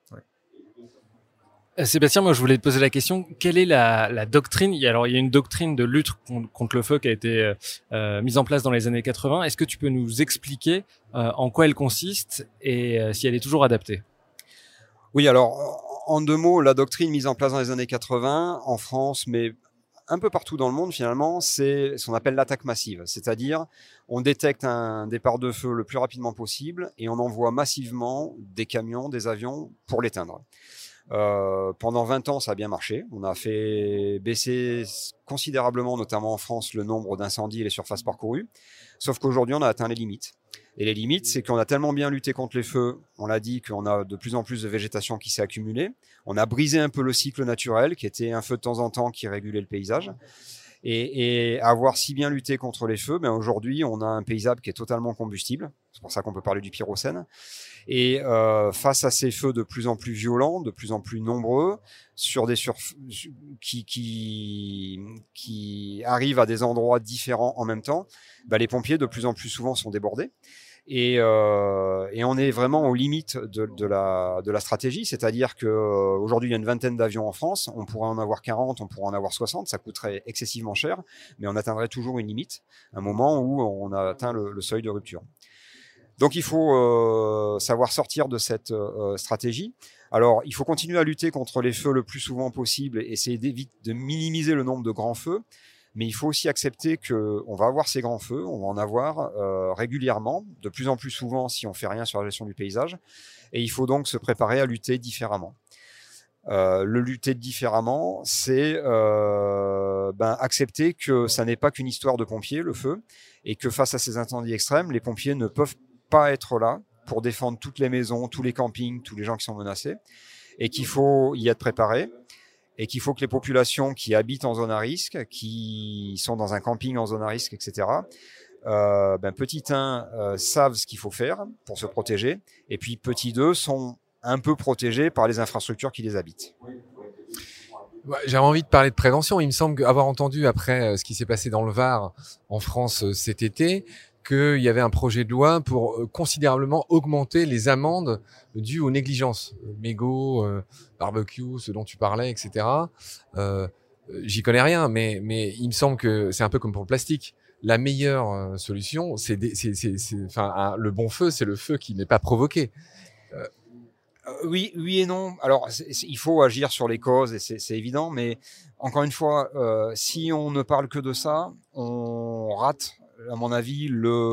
Ouais. Sébastien, moi je voulais te poser la question, quelle est la, la doctrine ? Alors il y a une doctrine de lutte contre le feu qui a été euh, mise en place dans les années quatre-vingts. Est-ce que tu peux nous expliquer euh, en quoi elle consiste et euh, si elle est toujours adaptée ? Oui, alors en deux mots, la doctrine mise en place dans les années quatre-vingts en France, mais un peu partout dans le monde finalement, c'est ce qu'on appelle l'attaque massive. C'est-à-dire, on détecte un départ de feu le plus rapidement possible et on envoie massivement des camions, des avions pour l'éteindre. Euh, pendant vingt ans, ça a bien marché. On a fait baisser considérablement, notamment en France, le nombre d'incendies et les surfaces parcourues. Sauf qu'aujourd'hui, on a atteint les limites. Et les limites, c'est qu'on a tellement bien lutté contre les feux, on l'a dit, qu'on a de plus en plus de végétation qui s'est accumulée. On a brisé un peu le cycle naturel, qui était un feu de temps en temps qui régulait le paysage. Et, et avoir si bien lutté contre les feux, ben aujourd'hui, on a un paysage qui est totalement combustible. C'est pour ça qu'on peut parler du pyrocène. Et euh, face à ces feux de plus en plus violents, de plus en plus nombreux, sur des surf... qui, qui, qui arrivent à des endroits différents en même temps, ben les pompiers de plus en plus souvent sont débordés. Et, euh, et on est vraiment aux limites de, de, la, de la stratégie, c'est-à-dire qu'aujourd'hui il y a une vingtaine d'avions en France, on pourrait en avoir quarante, on pourrait en avoir soixante, ça coûterait excessivement cher, mais on atteindrait toujours une limite, un moment où on a atteint le, le seuil de rupture. Donc il faut euh, savoir sortir de cette euh, stratégie. Alors il faut continuer à lutter contre les feux le plus souvent possible, essayer de minimiser le nombre de grands feux. Mais il faut aussi accepter qu'on va avoir ces grands feux, on va en avoir euh, régulièrement, de plus en plus souvent si on fait rien sur la gestion du paysage. Et il faut donc se préparer à lutter différemment. Euh, le lutter différemment, c'est euh, ben, accepter que ça n'est pas qu'une histoire de pompiers, le feu, et que face à ces incendies extrêmes, les pompiers ne peuvent pas être là pour défendre toutes les maisons, tous les campings, tous les gens qui sont menacés, et qu'il faut y être préparé. Et qu'il faut que les populations qui habitent en zone à risque, qui sont dans un camping en zone à risque, et cetera, euh, ben petit un, euh, savent ce qu'il faut faire pour se protéger, et puis petit deux, sont un peu protégés par les infrastructures qui les habitent. Ouais, j'avais envie de parler de prévention. Il me semble avoir entendu, après ce qui s'est passé dans le Var, en France cet été, qu'il y avait un projet de loi pour considérablement augmenter les amendes dues aux négligences, mégots, euh, barbecue, ce dont tu parlais, et cetera. Euh, j'y connais rien, mais mais il me semble que c'est un peu comme pour le plastique. La meilleure euh, solution, c'est, des, c'est, c'est, c'est, enfin, un, le bon feu, c'est le feu qui n'est pas provoqué. Euh, oui, oui et non. Alors, c'est, c'est, il faut agir sur les causes, et c'est, c'est évident, mais encore une fois, euh, si on ne parle que de ça, on rate, à mon avis,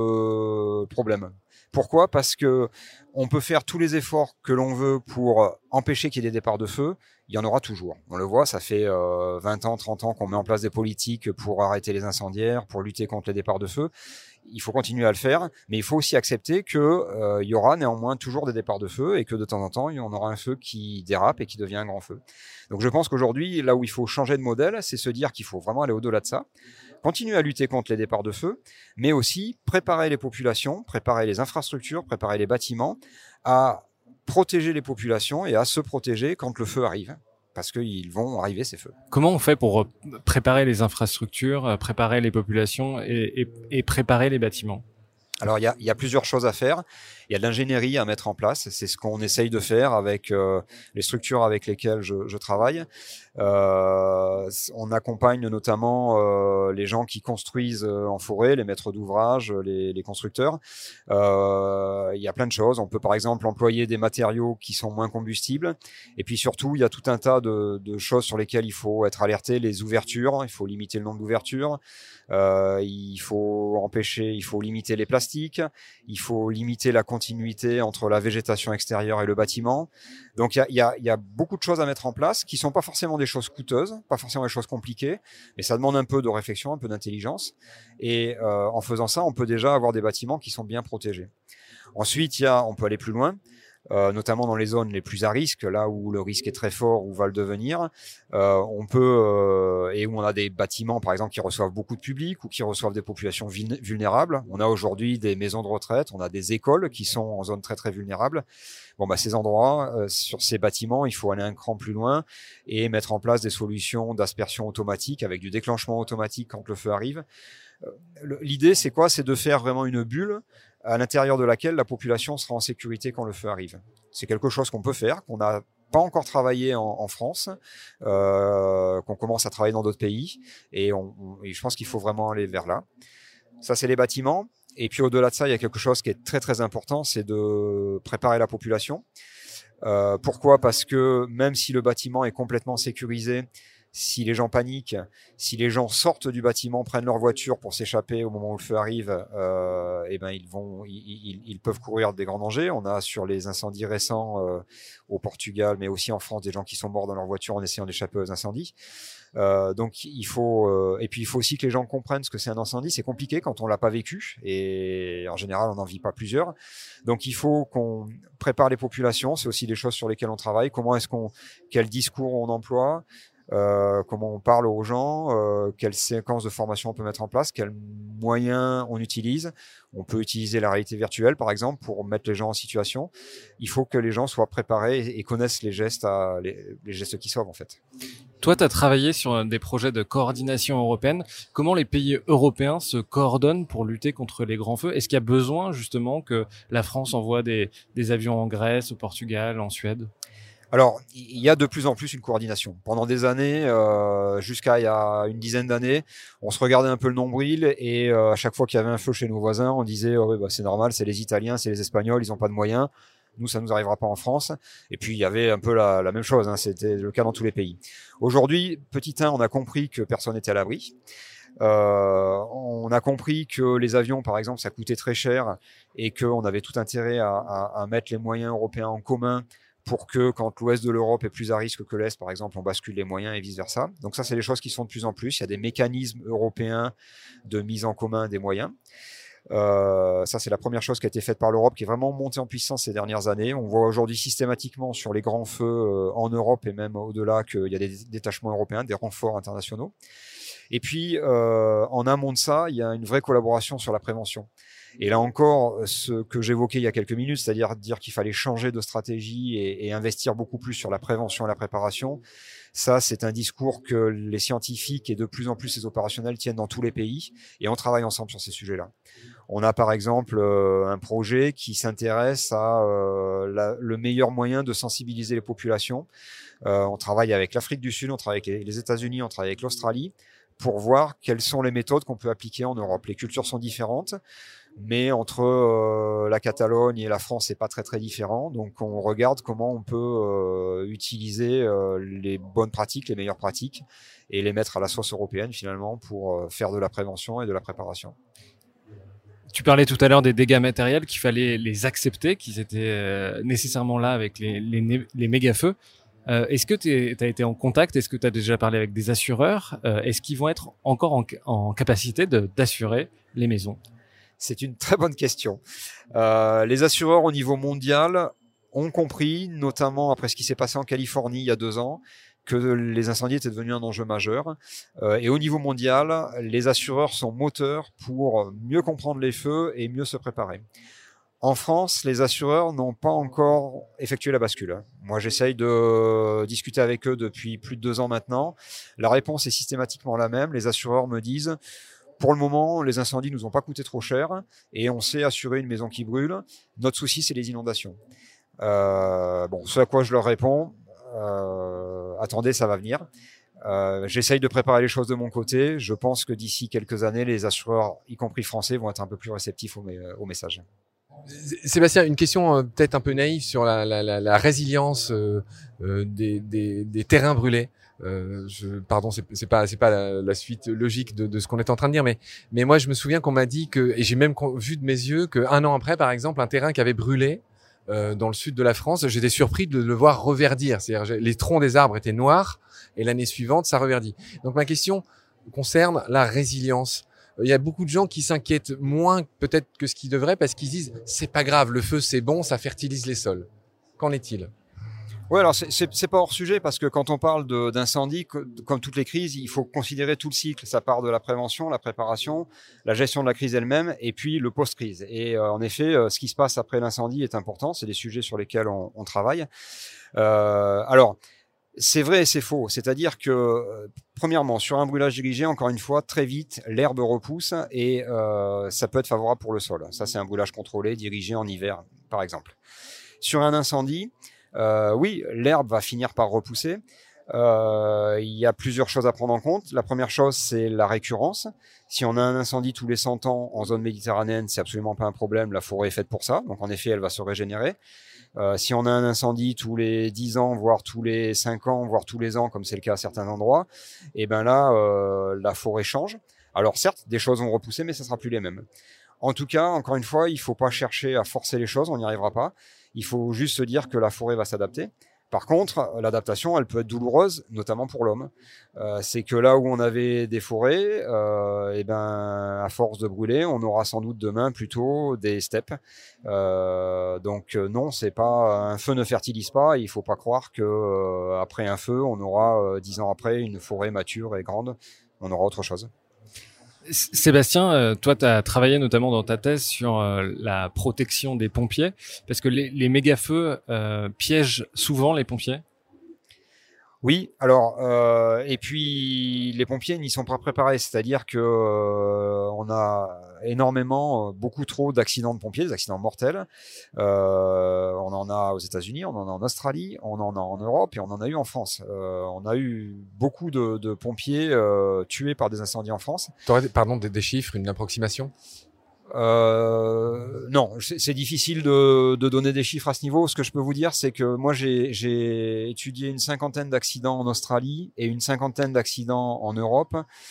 le problème. Pourquoi ? Parce que on peut faire tous les efforts que l'on veut pour empêcher qu'il y ait des départs de feu, il y en aura toujours. On le voit, ça fait euh, vingt ans, trente ans qu'on met en place des politiques pour arrêter les incendiaires, pour lutter contre les départs de feu. Il faut continuer à le faire, mais il faut aussi accepter qu'il euh, y aura néanmoins toujours des départs de feu et que de temps en temps, il y en aura un feu qui dérape et qui devient un grand feu. Donc je pense qu'aujourd'hui, là où il faut changer de modèle, c'est se dire qu'il faut vraiment aller au-delà de ça, continuer à lutter contre les départs de feu, mais aussi préparer les populations, préparer les infrastructures, préparer les bâtiments à protéger les populations et à se protéger quand le feu arrive, parce qu'ils vont arriver ces feux. Comment on fait pour préparer les infrastructures, préparer les populations et, et, et préparer les bâtiments ? Alors, il y a, il y a plusieurs choses à faire. Il y a de l'ingénierie à mettre en place. C'est ce qu'on essaye de faire avec euh, les structures avec lesquelles je, je travaille. Euh, on accompagne notamment euh, les gens qui construisent en forêt, les maîtres d'ouvrage, les, les constructeurs. Euh, il y a plein de choses. On peut par exemple employer des matériaux qui sont moins combustibles. Et puis surtout, il y a tout un tas de, de choses sur lesquelles il faut être alerté. Les ouvertures, il faut limiter le nombre d'ouvertures. Euh, il faut empêcher, il faut limiter les plastiques. Il faut limiter la continuité entre la végétation extérieure et le bâtiment. Donc il y a, il y a, il y a beaucoup de choses à mettre en place qui sont pas forcément des choses coûteuses, pas forcément des choses compliquées, mais ça demande un peu de réflexion, un peu d'intelligence. Et euh, en faisant ça, on peut déjà avoir des bâtiments qui sont bien protégés. Ensuite, il y a, on peut aller plus loin. Euh, notamment dans les zones les plus à risque, là où le risque est très fort ou va le devenir. Euh, on peut euh, et où on a des bâtiments, par exemple, qui reçoivent beaucoup de public ou qui reçoivent des populations vulnérables. On a aujourd'hui des maisons de retraite, on a des écoles qui sont en zone très très vulnérable. Bon, bah ces endroits, euh, sur ces bâtiments, il faut aller un cran plus loin et mettre en place des solutions d'aspersion automatique avec du déclenchement automatique quand le feu arrive. Euh, L'idée, c'est quoi? C'est de faire vraiment une bulle à l'intérieur de laquelle la population sera en sécurité quand le feu arrive. C'est quelque chose qu'on peut faire, qu'on n'a pas encore travaillé en, en France, euh, qu'on commence à travailler dans d'autres pays, et, on, on, et je pense qu'il faut vraiment aller vers là. Ça, c'est les bâtiments. Et puis au-delà de ça, il y a quelque chose qui est très très important, c'est de préparer la population. Euh, pourquoi? Parce que même si le bâtiment est complètement sécurisé, si les gens paniquent, si les gens sortent du bâtiment, prennent leur voiture pour s'échapper au moment où le feu arrive, euh, eh ben ils vont, ils, ils, ils peuvent courir des grands dangers. On a sur les incendies récents euh, au Portugal, mais aussi en France, des gens qui sont morts dans leur voiture en essayant d'échapper aux incendies. Euh, donc il faut, euh, et puis il faut aussi que les gens comprennent ce que c'est un incendie. C'est compliqué quand on l'a pas vécu, et en général on n'en vit pas plusieurs. Donc il faut qu'on prépare les populations. C'est aussi des choses sur lesquelles on travaille. Comment est-ce qu'on, quel discours on emploie? Euh, comment on parle aux gens, euh, quelles séquences de formation on peut mettre en place, quels moyens on utilise. On peut utiliser la réalité virtuelle, par exemple, pour mettre les gens en situation. Il faut que les gens soient préparés et, et connaissent les gestes, à, les, les gestes qui sauvent, en fait. Toi, tu as travaillé sur des projets de coordination européenne. Comment les pays européens se coordonnent pour lutter contre les grands feux? Est-ce qu'il y a besoin, justement, que la France envoie des, des avions en Grèce, au Portugal, en Suède? Alors, il y a de plus en plus une coordination. Pendant des années, euh, jusqu'à il y a une dizaine d'années, on se regardait un peu le nombril et euh, à chaque fois qu'il y avait un feu chez nos voisins, on disait oh, oui, bah, c'est normal, c'est les Italiens, c'est les Espagnols, ils n'ont pas de moyens. Nous, ça nous arrivera pas en France. Et puis, il y avait un peu la, la même chose. Hein, c'était le cas dans tous les pays. Aujourd'hui, petit un, on a compris que personne n'était à l'abri. Euh, on a compris que les avions, par exemple, ça coûtait très cher et qu'on avait tout intérêt à, à, à mettre les moyens européens en commun pour que quand l'ouest de l'Europe est plus à risque que l'est, par exemple, on bascule les moyens et vice-versa. Donc ça, c'est des choses qui sont de plus en plus. Il y a des mécanismes européens de mise en commun des moyens. Euh, ça, c'est la première chose qui a été faite par l'Europe, qui est vraiment montée en puissance ces dernières années. On voit aujourd'hui systématiquement sur les grands feux euh, en Europe et même au-delà qu'il y a des détachements européens, des renforts internationaux. Et puis, euh, en amont de ça, il y a une vraie collaboration sur la prévention. Et là encore, ce que j'évoquais il y a quelques minutes, c'est-à-dire dire qu'il fallait changer de stratégie et, et investir beaucoup plus sur la prévention et la préparation, ça, c'est un discours que les scientifiques et de plus en plus les opérationnels tiennent dans tous les pays, et on travaille ensemble sur ces sujets-là. On a par exemple euh, un projet qui s'intéresse à euh, la, le meilleur moyen de sensibiliser les populations. Euh, on travaille avec l'Afrique du Sud, on travaille avec les, les États-Unis, on travaille avec l'Australie, pour voir quelles sont les méthodes qu'on peut appliquer en Europe. Les cultures sont différentes, mais entre euh, la Catalogne et la France, c'est pas très très différent. Donc on regarde comment on peut euh, utiliser euh, les bonnes pratiques, les meilleures pratiques, et les mettre à la sauce européenne finalement pour euh, faire de la prévention et de la préparation. Tu parlais tout à l'heure des dégâts matériels, qu'il fallait les accepter, qu'ils étaient euh, nécessairement là avec les, les, les méga-feux. Euh, est-ce que tu as été en contact? Est-ce que tu as déjà parlé avec des assureurs? euh, Est-ce qu'ils vont être encore en, en capacité de, d'assurer les maisons? C'est une très bonne question. Euh, les assureurs au niveau mondial ont compris, notamment après ce qui s'est passé en Californie il y a deux ans, que les incendies étaient devenus un enjeu majeur. Euh, et au niveau mondial, les assureurs sont moteurs pour mieux comprendre les feux et mieux se préparer. En France, les assureurs n'ont pas encore effectué la bascule. Moi, j'essaye de discuter avec eux depuis plus de deux ans maintenant. La réponse est systématiquement la même. Les assureurs me disent pour le moment, les incendies nous ont pas coûté trop cher et on sait assurer une maison qui brûle. Notre souci, c'est les inondations. Euh, bon, ce à quoi je leur réponds, euh, attendez, ça va venir. Euh, j'essaye de préparer les choses de mon côté. Je pense que d'ici quelques années, les assureurs, y compris français, vont être un peu plus réceptifs au, au message. Sébastien, une question euh, peut-être un peu naïve sur la, la, la, la résilience euh, euh, des, des, des terrains brûlés. Euh, je, pardon, c'est, c'est pas, c'est pas la, la suite logique de, de ce qu'on est en train de dire, mais, mais moi je me souviens qu'on m'a dit que, et j'ai même vu de mes yeux qu'un an après, par exemple, un terrain qui avait brûlé euh, dans le sud de la France, j'étais surpris de le voir reverdir. C'est-à-dire, les troncs des arbres étaient noirs et l'année suivante, ça reverdit. Donc ma question concerne la résilience. Il y a beaucoup de gens qui s'inquiètent moins peut-être que ce qu'ils devraient parce qu'ils disent c'est pas grave, le feu c'est bon, ça fertilise les sols. Qu'en est-il ? Oui, alors c'est, c'est, c'est pas hors sujet parce que quand on parle de, d'incendie, comme toutes les crises, il faut considérer tout le cycle. Ça part de la prévention, la préparation, la gestion de la crise elle-même et puis le post-crise. Et euh, en effet, euh, ce qui se passe après l'incendie est important. C'est des sujets sur lesquels on, on travaille. Euh, alors, c'est vrai et c'est faux. C'est-à-dire que, euh, premièrement, sur un brûlage dirigé, encore une fois, très vite, l'herbe repousse et euh, ça peut être favorable pour le sol. Ça, c'est un brûlage contrôlé, dirigé en hiver, par exemple. Sur un incendie, Euh, oui, l'herbe va finir par repousser. Euh, il y a plusieurs choses à prendre en compte. La première chose, c'est la récurrence. Si on a un incendie tous les cent ans en zone méditerranéenne, c'est absolument pas un problème. La forêt est faite pour ça. Donc, en effet, elle va se régénérer. Euh, si on a un incendie tous les dix ans, voire tous les cinq ans, voire tous les ans, comme c'est le cas à certains endroits, et ben là, euh, la forêt change. Alors, certes, des choses vont repousser, mais ça sera plus les mêmes. En tout cas, encore une fois, il faut pas chercher à forcer les choses. On n'y arrivera pas. Il faut juste se dire que la forêt va s'adapter. Par contre, l'adaptation, elle peut être douloureuse, notamment pour l'homme. Euh, c'est que là où on avait des forêts, euh, et ben, à force de brûler, on aura sans doute demain plutôt des steppes. Euh, donc non, c'est pas un feu ne fertilise pas. Il faut pas croire que euh, après un feu, on aura euh, dix ans après une forêt mature et grande. On aura autre chose. Sébastien, euh, toi, tu as travaillé notamment dans ta thèse sur euh, la protection des pompiers, parce que les, les méga-feux euh, piègent souvent les pompiers. Oui, alors euh, et puis les pompiers n'y sont pas préparés, c'est-à-dire que euh, on a énormément, beaucoup trop d'accidents de pompiers, des accidents mortels. Euh, on en a aux États-Unis, on en a en Australie, on en a en Europe et on en a eu en France. Euh, on a eu beaucoup de, de pompiers euh, tués par des incendies en France. T'aurais, pardon, des, des chiffres, une approximation ? Euh, non, c'est, c'est difficile de, de donner des chiffres à ce niveau. Ce que je peux vous dire, c'est que moi, j'ai, j'ai étudié une cinquantaine d'accidents en Australie et une cinquantaine d'accidents en Europe,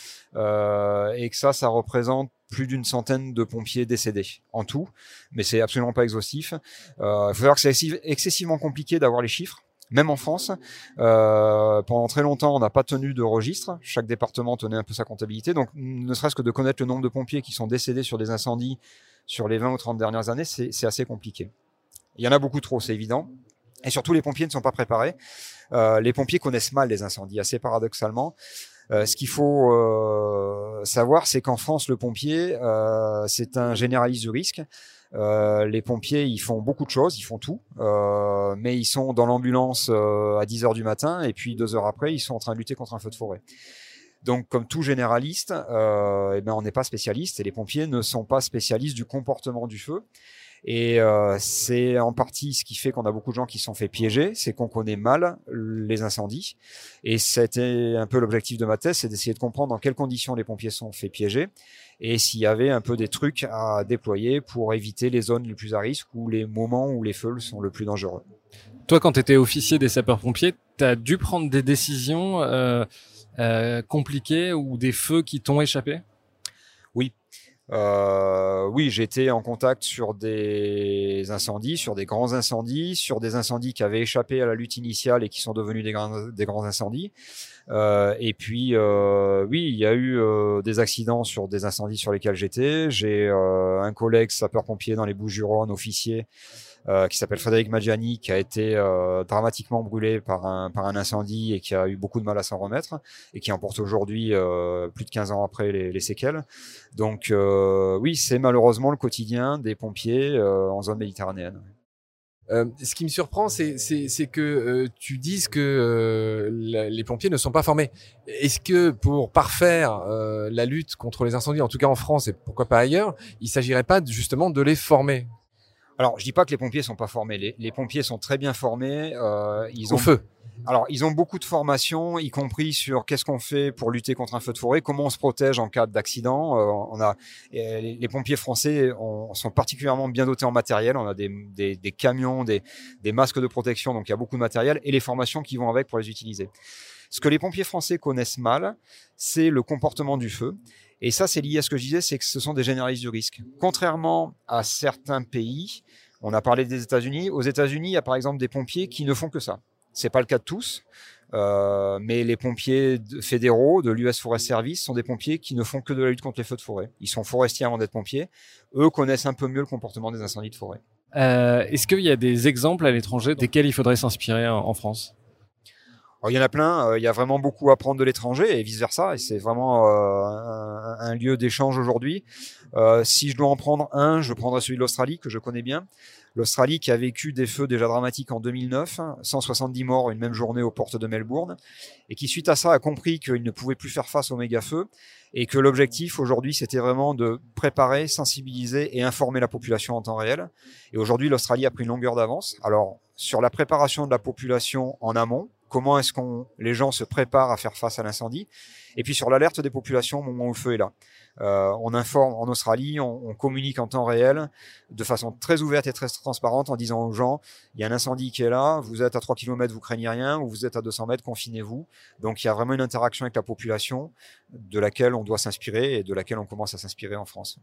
euh, et que ça, ça représente plus d'une centaine de pompiers décédés en tout, mais c'est absolument pas exhaustif. Euh, il faut savoir que c'est excessivement compliqué d'avoir les chiffres. Même en France, euh, pendant très longtemps, on n'a pas tenu de registre. Chaque département tenait un peu sa comptabilité. Donc, ne serait-ce que de connaître le nombre de pompiers qui sont décédés sur des incendies sur les vingt ou trente dernières années, c'est, c'est assez compliqué. Il y en a beaucoup trop, c'est évident. Et surtout, les pompiers ne sont pas préparés. Euh, les pompiers connaissent mal les incendies, assez paradoxalement. Euh, ce qu'il faut euh, savoir, c'est qu'en France, le pompier, euh, c'est un généraliste du risque. Euh, les pompiers, ils font beaucoup de choses, ils font tout, euh, mais ils sont dans l'ambulance euh, à dix heures du matin et puis deux heures après, ils sont en train de lutter contre un feu de forêt. Donc, comme tout généraliste, euh, eh ben, on n'est pas spécialiste et les pompiers ne sont pas spécialistes du comportement du feu. Et euh, c'est en partie ce qui fait qu'on a beaucoup de gens qui se sont fait piéger, c'est qu'on connaît mal les incendies. Et c'était un peu l'objectif de ma thèse, c'est d'essayer de comprendre dans quelles conditions les pompiers se sont fait piéger et s'il y avait un peu des trucs à déployer pour éviter les zones les plus à risque ou les moments où les feux sont le plus dangereux. Toi, quand tu étais officier des sapeurs-pompiers, tu as dû prendre des décisions euh, euh, compliquées ou des feux qui t'ont échappé ? Oui. Euh, oui, j'étais en contact sur des incendies, sur des grands incendies, sur des incendies qui avaient échappé à la lutte initiale et qui sont devenus des grands, des grands incendies. Euh, et puis, euh, oui, il y a eu euh, des accidents sur des incendies sur lesquels j'étais. J'ai euh, un collègue sapeur-pompier dans les Bouches-du-Rhône, officier, Euh, qui s'appelle Frédéric Maggiani, qui a été euh, dramatiquement brûlé par un, par un incendie et qui a eu beaucoup de mal à s'en remettre et qui en porte aujourd'hui, euh, plus de quinze ans après, les, les séquelles. Donc euh, oui, c'est malheureusement le quotidien des pompiers euh, en zone méditerranéenne. Euh, ce qui me surprend, c'est, c'est, c'est que euh, tu dises que euh, la, les pompiers ne sont pas formés. Est-ce que pour parfaire euh, la lutte contre les incendies, en tout cas en France et pourquoi pas ailleurs, il s'agirait pas de, justement de les former? Alors, je dis pas que les pompiers sont pas formés. Les, les pompiers sont très bien formés. Euh, ils Au ont, feu. Alors, ils ont beaucoup de formations, y compris sur qu'est-ce qu'on fait pour lutter contre un feu de forêt, comment on se protège en cas d'accident. Euh, on a les, les pompiers français on, sont particulièrement bien dotés en matériel. On a des, des, des camions, des, des masques de protection, donc il y a beaucoup de matériel et les formations qui vont avec pour les utiliser. Ce que les pompiers français connaissent mal, c'est le comportement du feu. Et ça, c'est lié à ce que je disais, c'est que ce sont des généralistes du risque. Contrairement à certains pays, on a parlé des États-Unis. Aux États-Unis, il y a par exemple des pompiers qui ne font que ça. C'est pas le cas de tous, euh, mais les pompiers fédéraux de l'U S Forest Service sont des pompiers qui ne font que de la lutte contre les feux de forêt. Ils sont forestiers avant d'être pompiers. Eux connaissent un peu mieux le comportement des incendies de forêt. Euh, est-ce qu'il y a des exemples à l'étranger desquels il faudrait s'inspirer en, en France ? Alors, il y en a plein. Euh, il y a vraiment beaucoup à prendre de l'étranger et vice versa. Et c'est vraiment euh, un, un lieu d'échange aujourd'hui. Euh, si je dois en prendre un, je prendrai celui de l'Australie que je connais bien. L'Australie qui a vécu des feux déjà dramatiques en deux mille neuf, cent soixante-dix morts une même journée aux portes de Melbourne, et qui suite à ça a compris qu'il ne pouvait plus faire face aux méga-feux et que l'objectif aujourd'hui c'était vraiment de préparer, sensibiliser et informer la population en temps réel. Et aujourd'hui l'Australie a pris une longueur d'avance. Alors sur la préparation de la population en amont, comment est-ce qu'on les gens se préparent à faire face à l'incendie, et puis sur l'alerte des populations au moment où le feu est là. Euh, on informe en Australie, on, on communique en temps réel, de façon très ouverte et très transparente, en disant aux gens, il y a un incendie qui est là, vous êtes à trois kilomètres, vous craignez rien, ou vous êtes à deux cents mètres, confinez-vous. Donc il y a vraiment une interaction avec la population de laquelle on doit s'inspirer et de laquelle on commence à s'inspirer en France.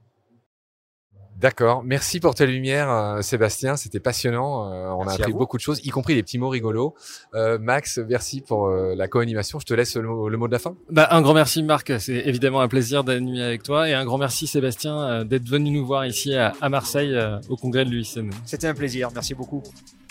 D'accord. Merci pour tes lumières, euh, Sébastien. C'était passionnant. Euh, on Merci a appris beaucoup de choses, y compris les petits mots rigolos. Euh, Max, merci pour euh, la co-animation. Je te laisse le mot, le mot de la fin. Bah, un grand merci, Marc. C'est évidemment un plaisir d'animer avec toi. Et un grand merci, Sébastien, euh, d'être venu nous voir ici à, à Marseille, euh, au congrès de l'U I C N. C'était un plaisir. Merci beaucoup.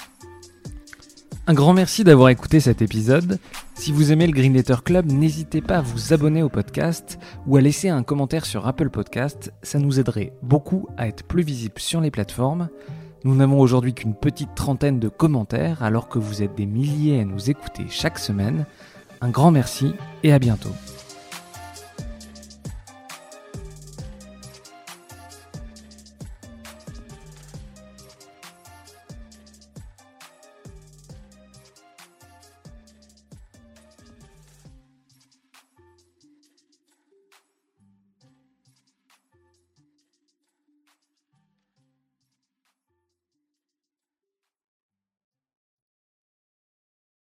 Un grand merci d'avoir écouté cet épisode. Si vous aimez le Green Letter Club, n'hésitez pas à vous abonner au podcast ou à laisser un commentaire sur Apple Podcast. Ça nous aiderait beaucoup à être plus visible sur les plateformes. Nous n'avons aujourd'hui qu'une petite trentaine de commentaires alors que vous êtes des milliers à nous écouter chaque semaine. Un grand merci et à bientôt.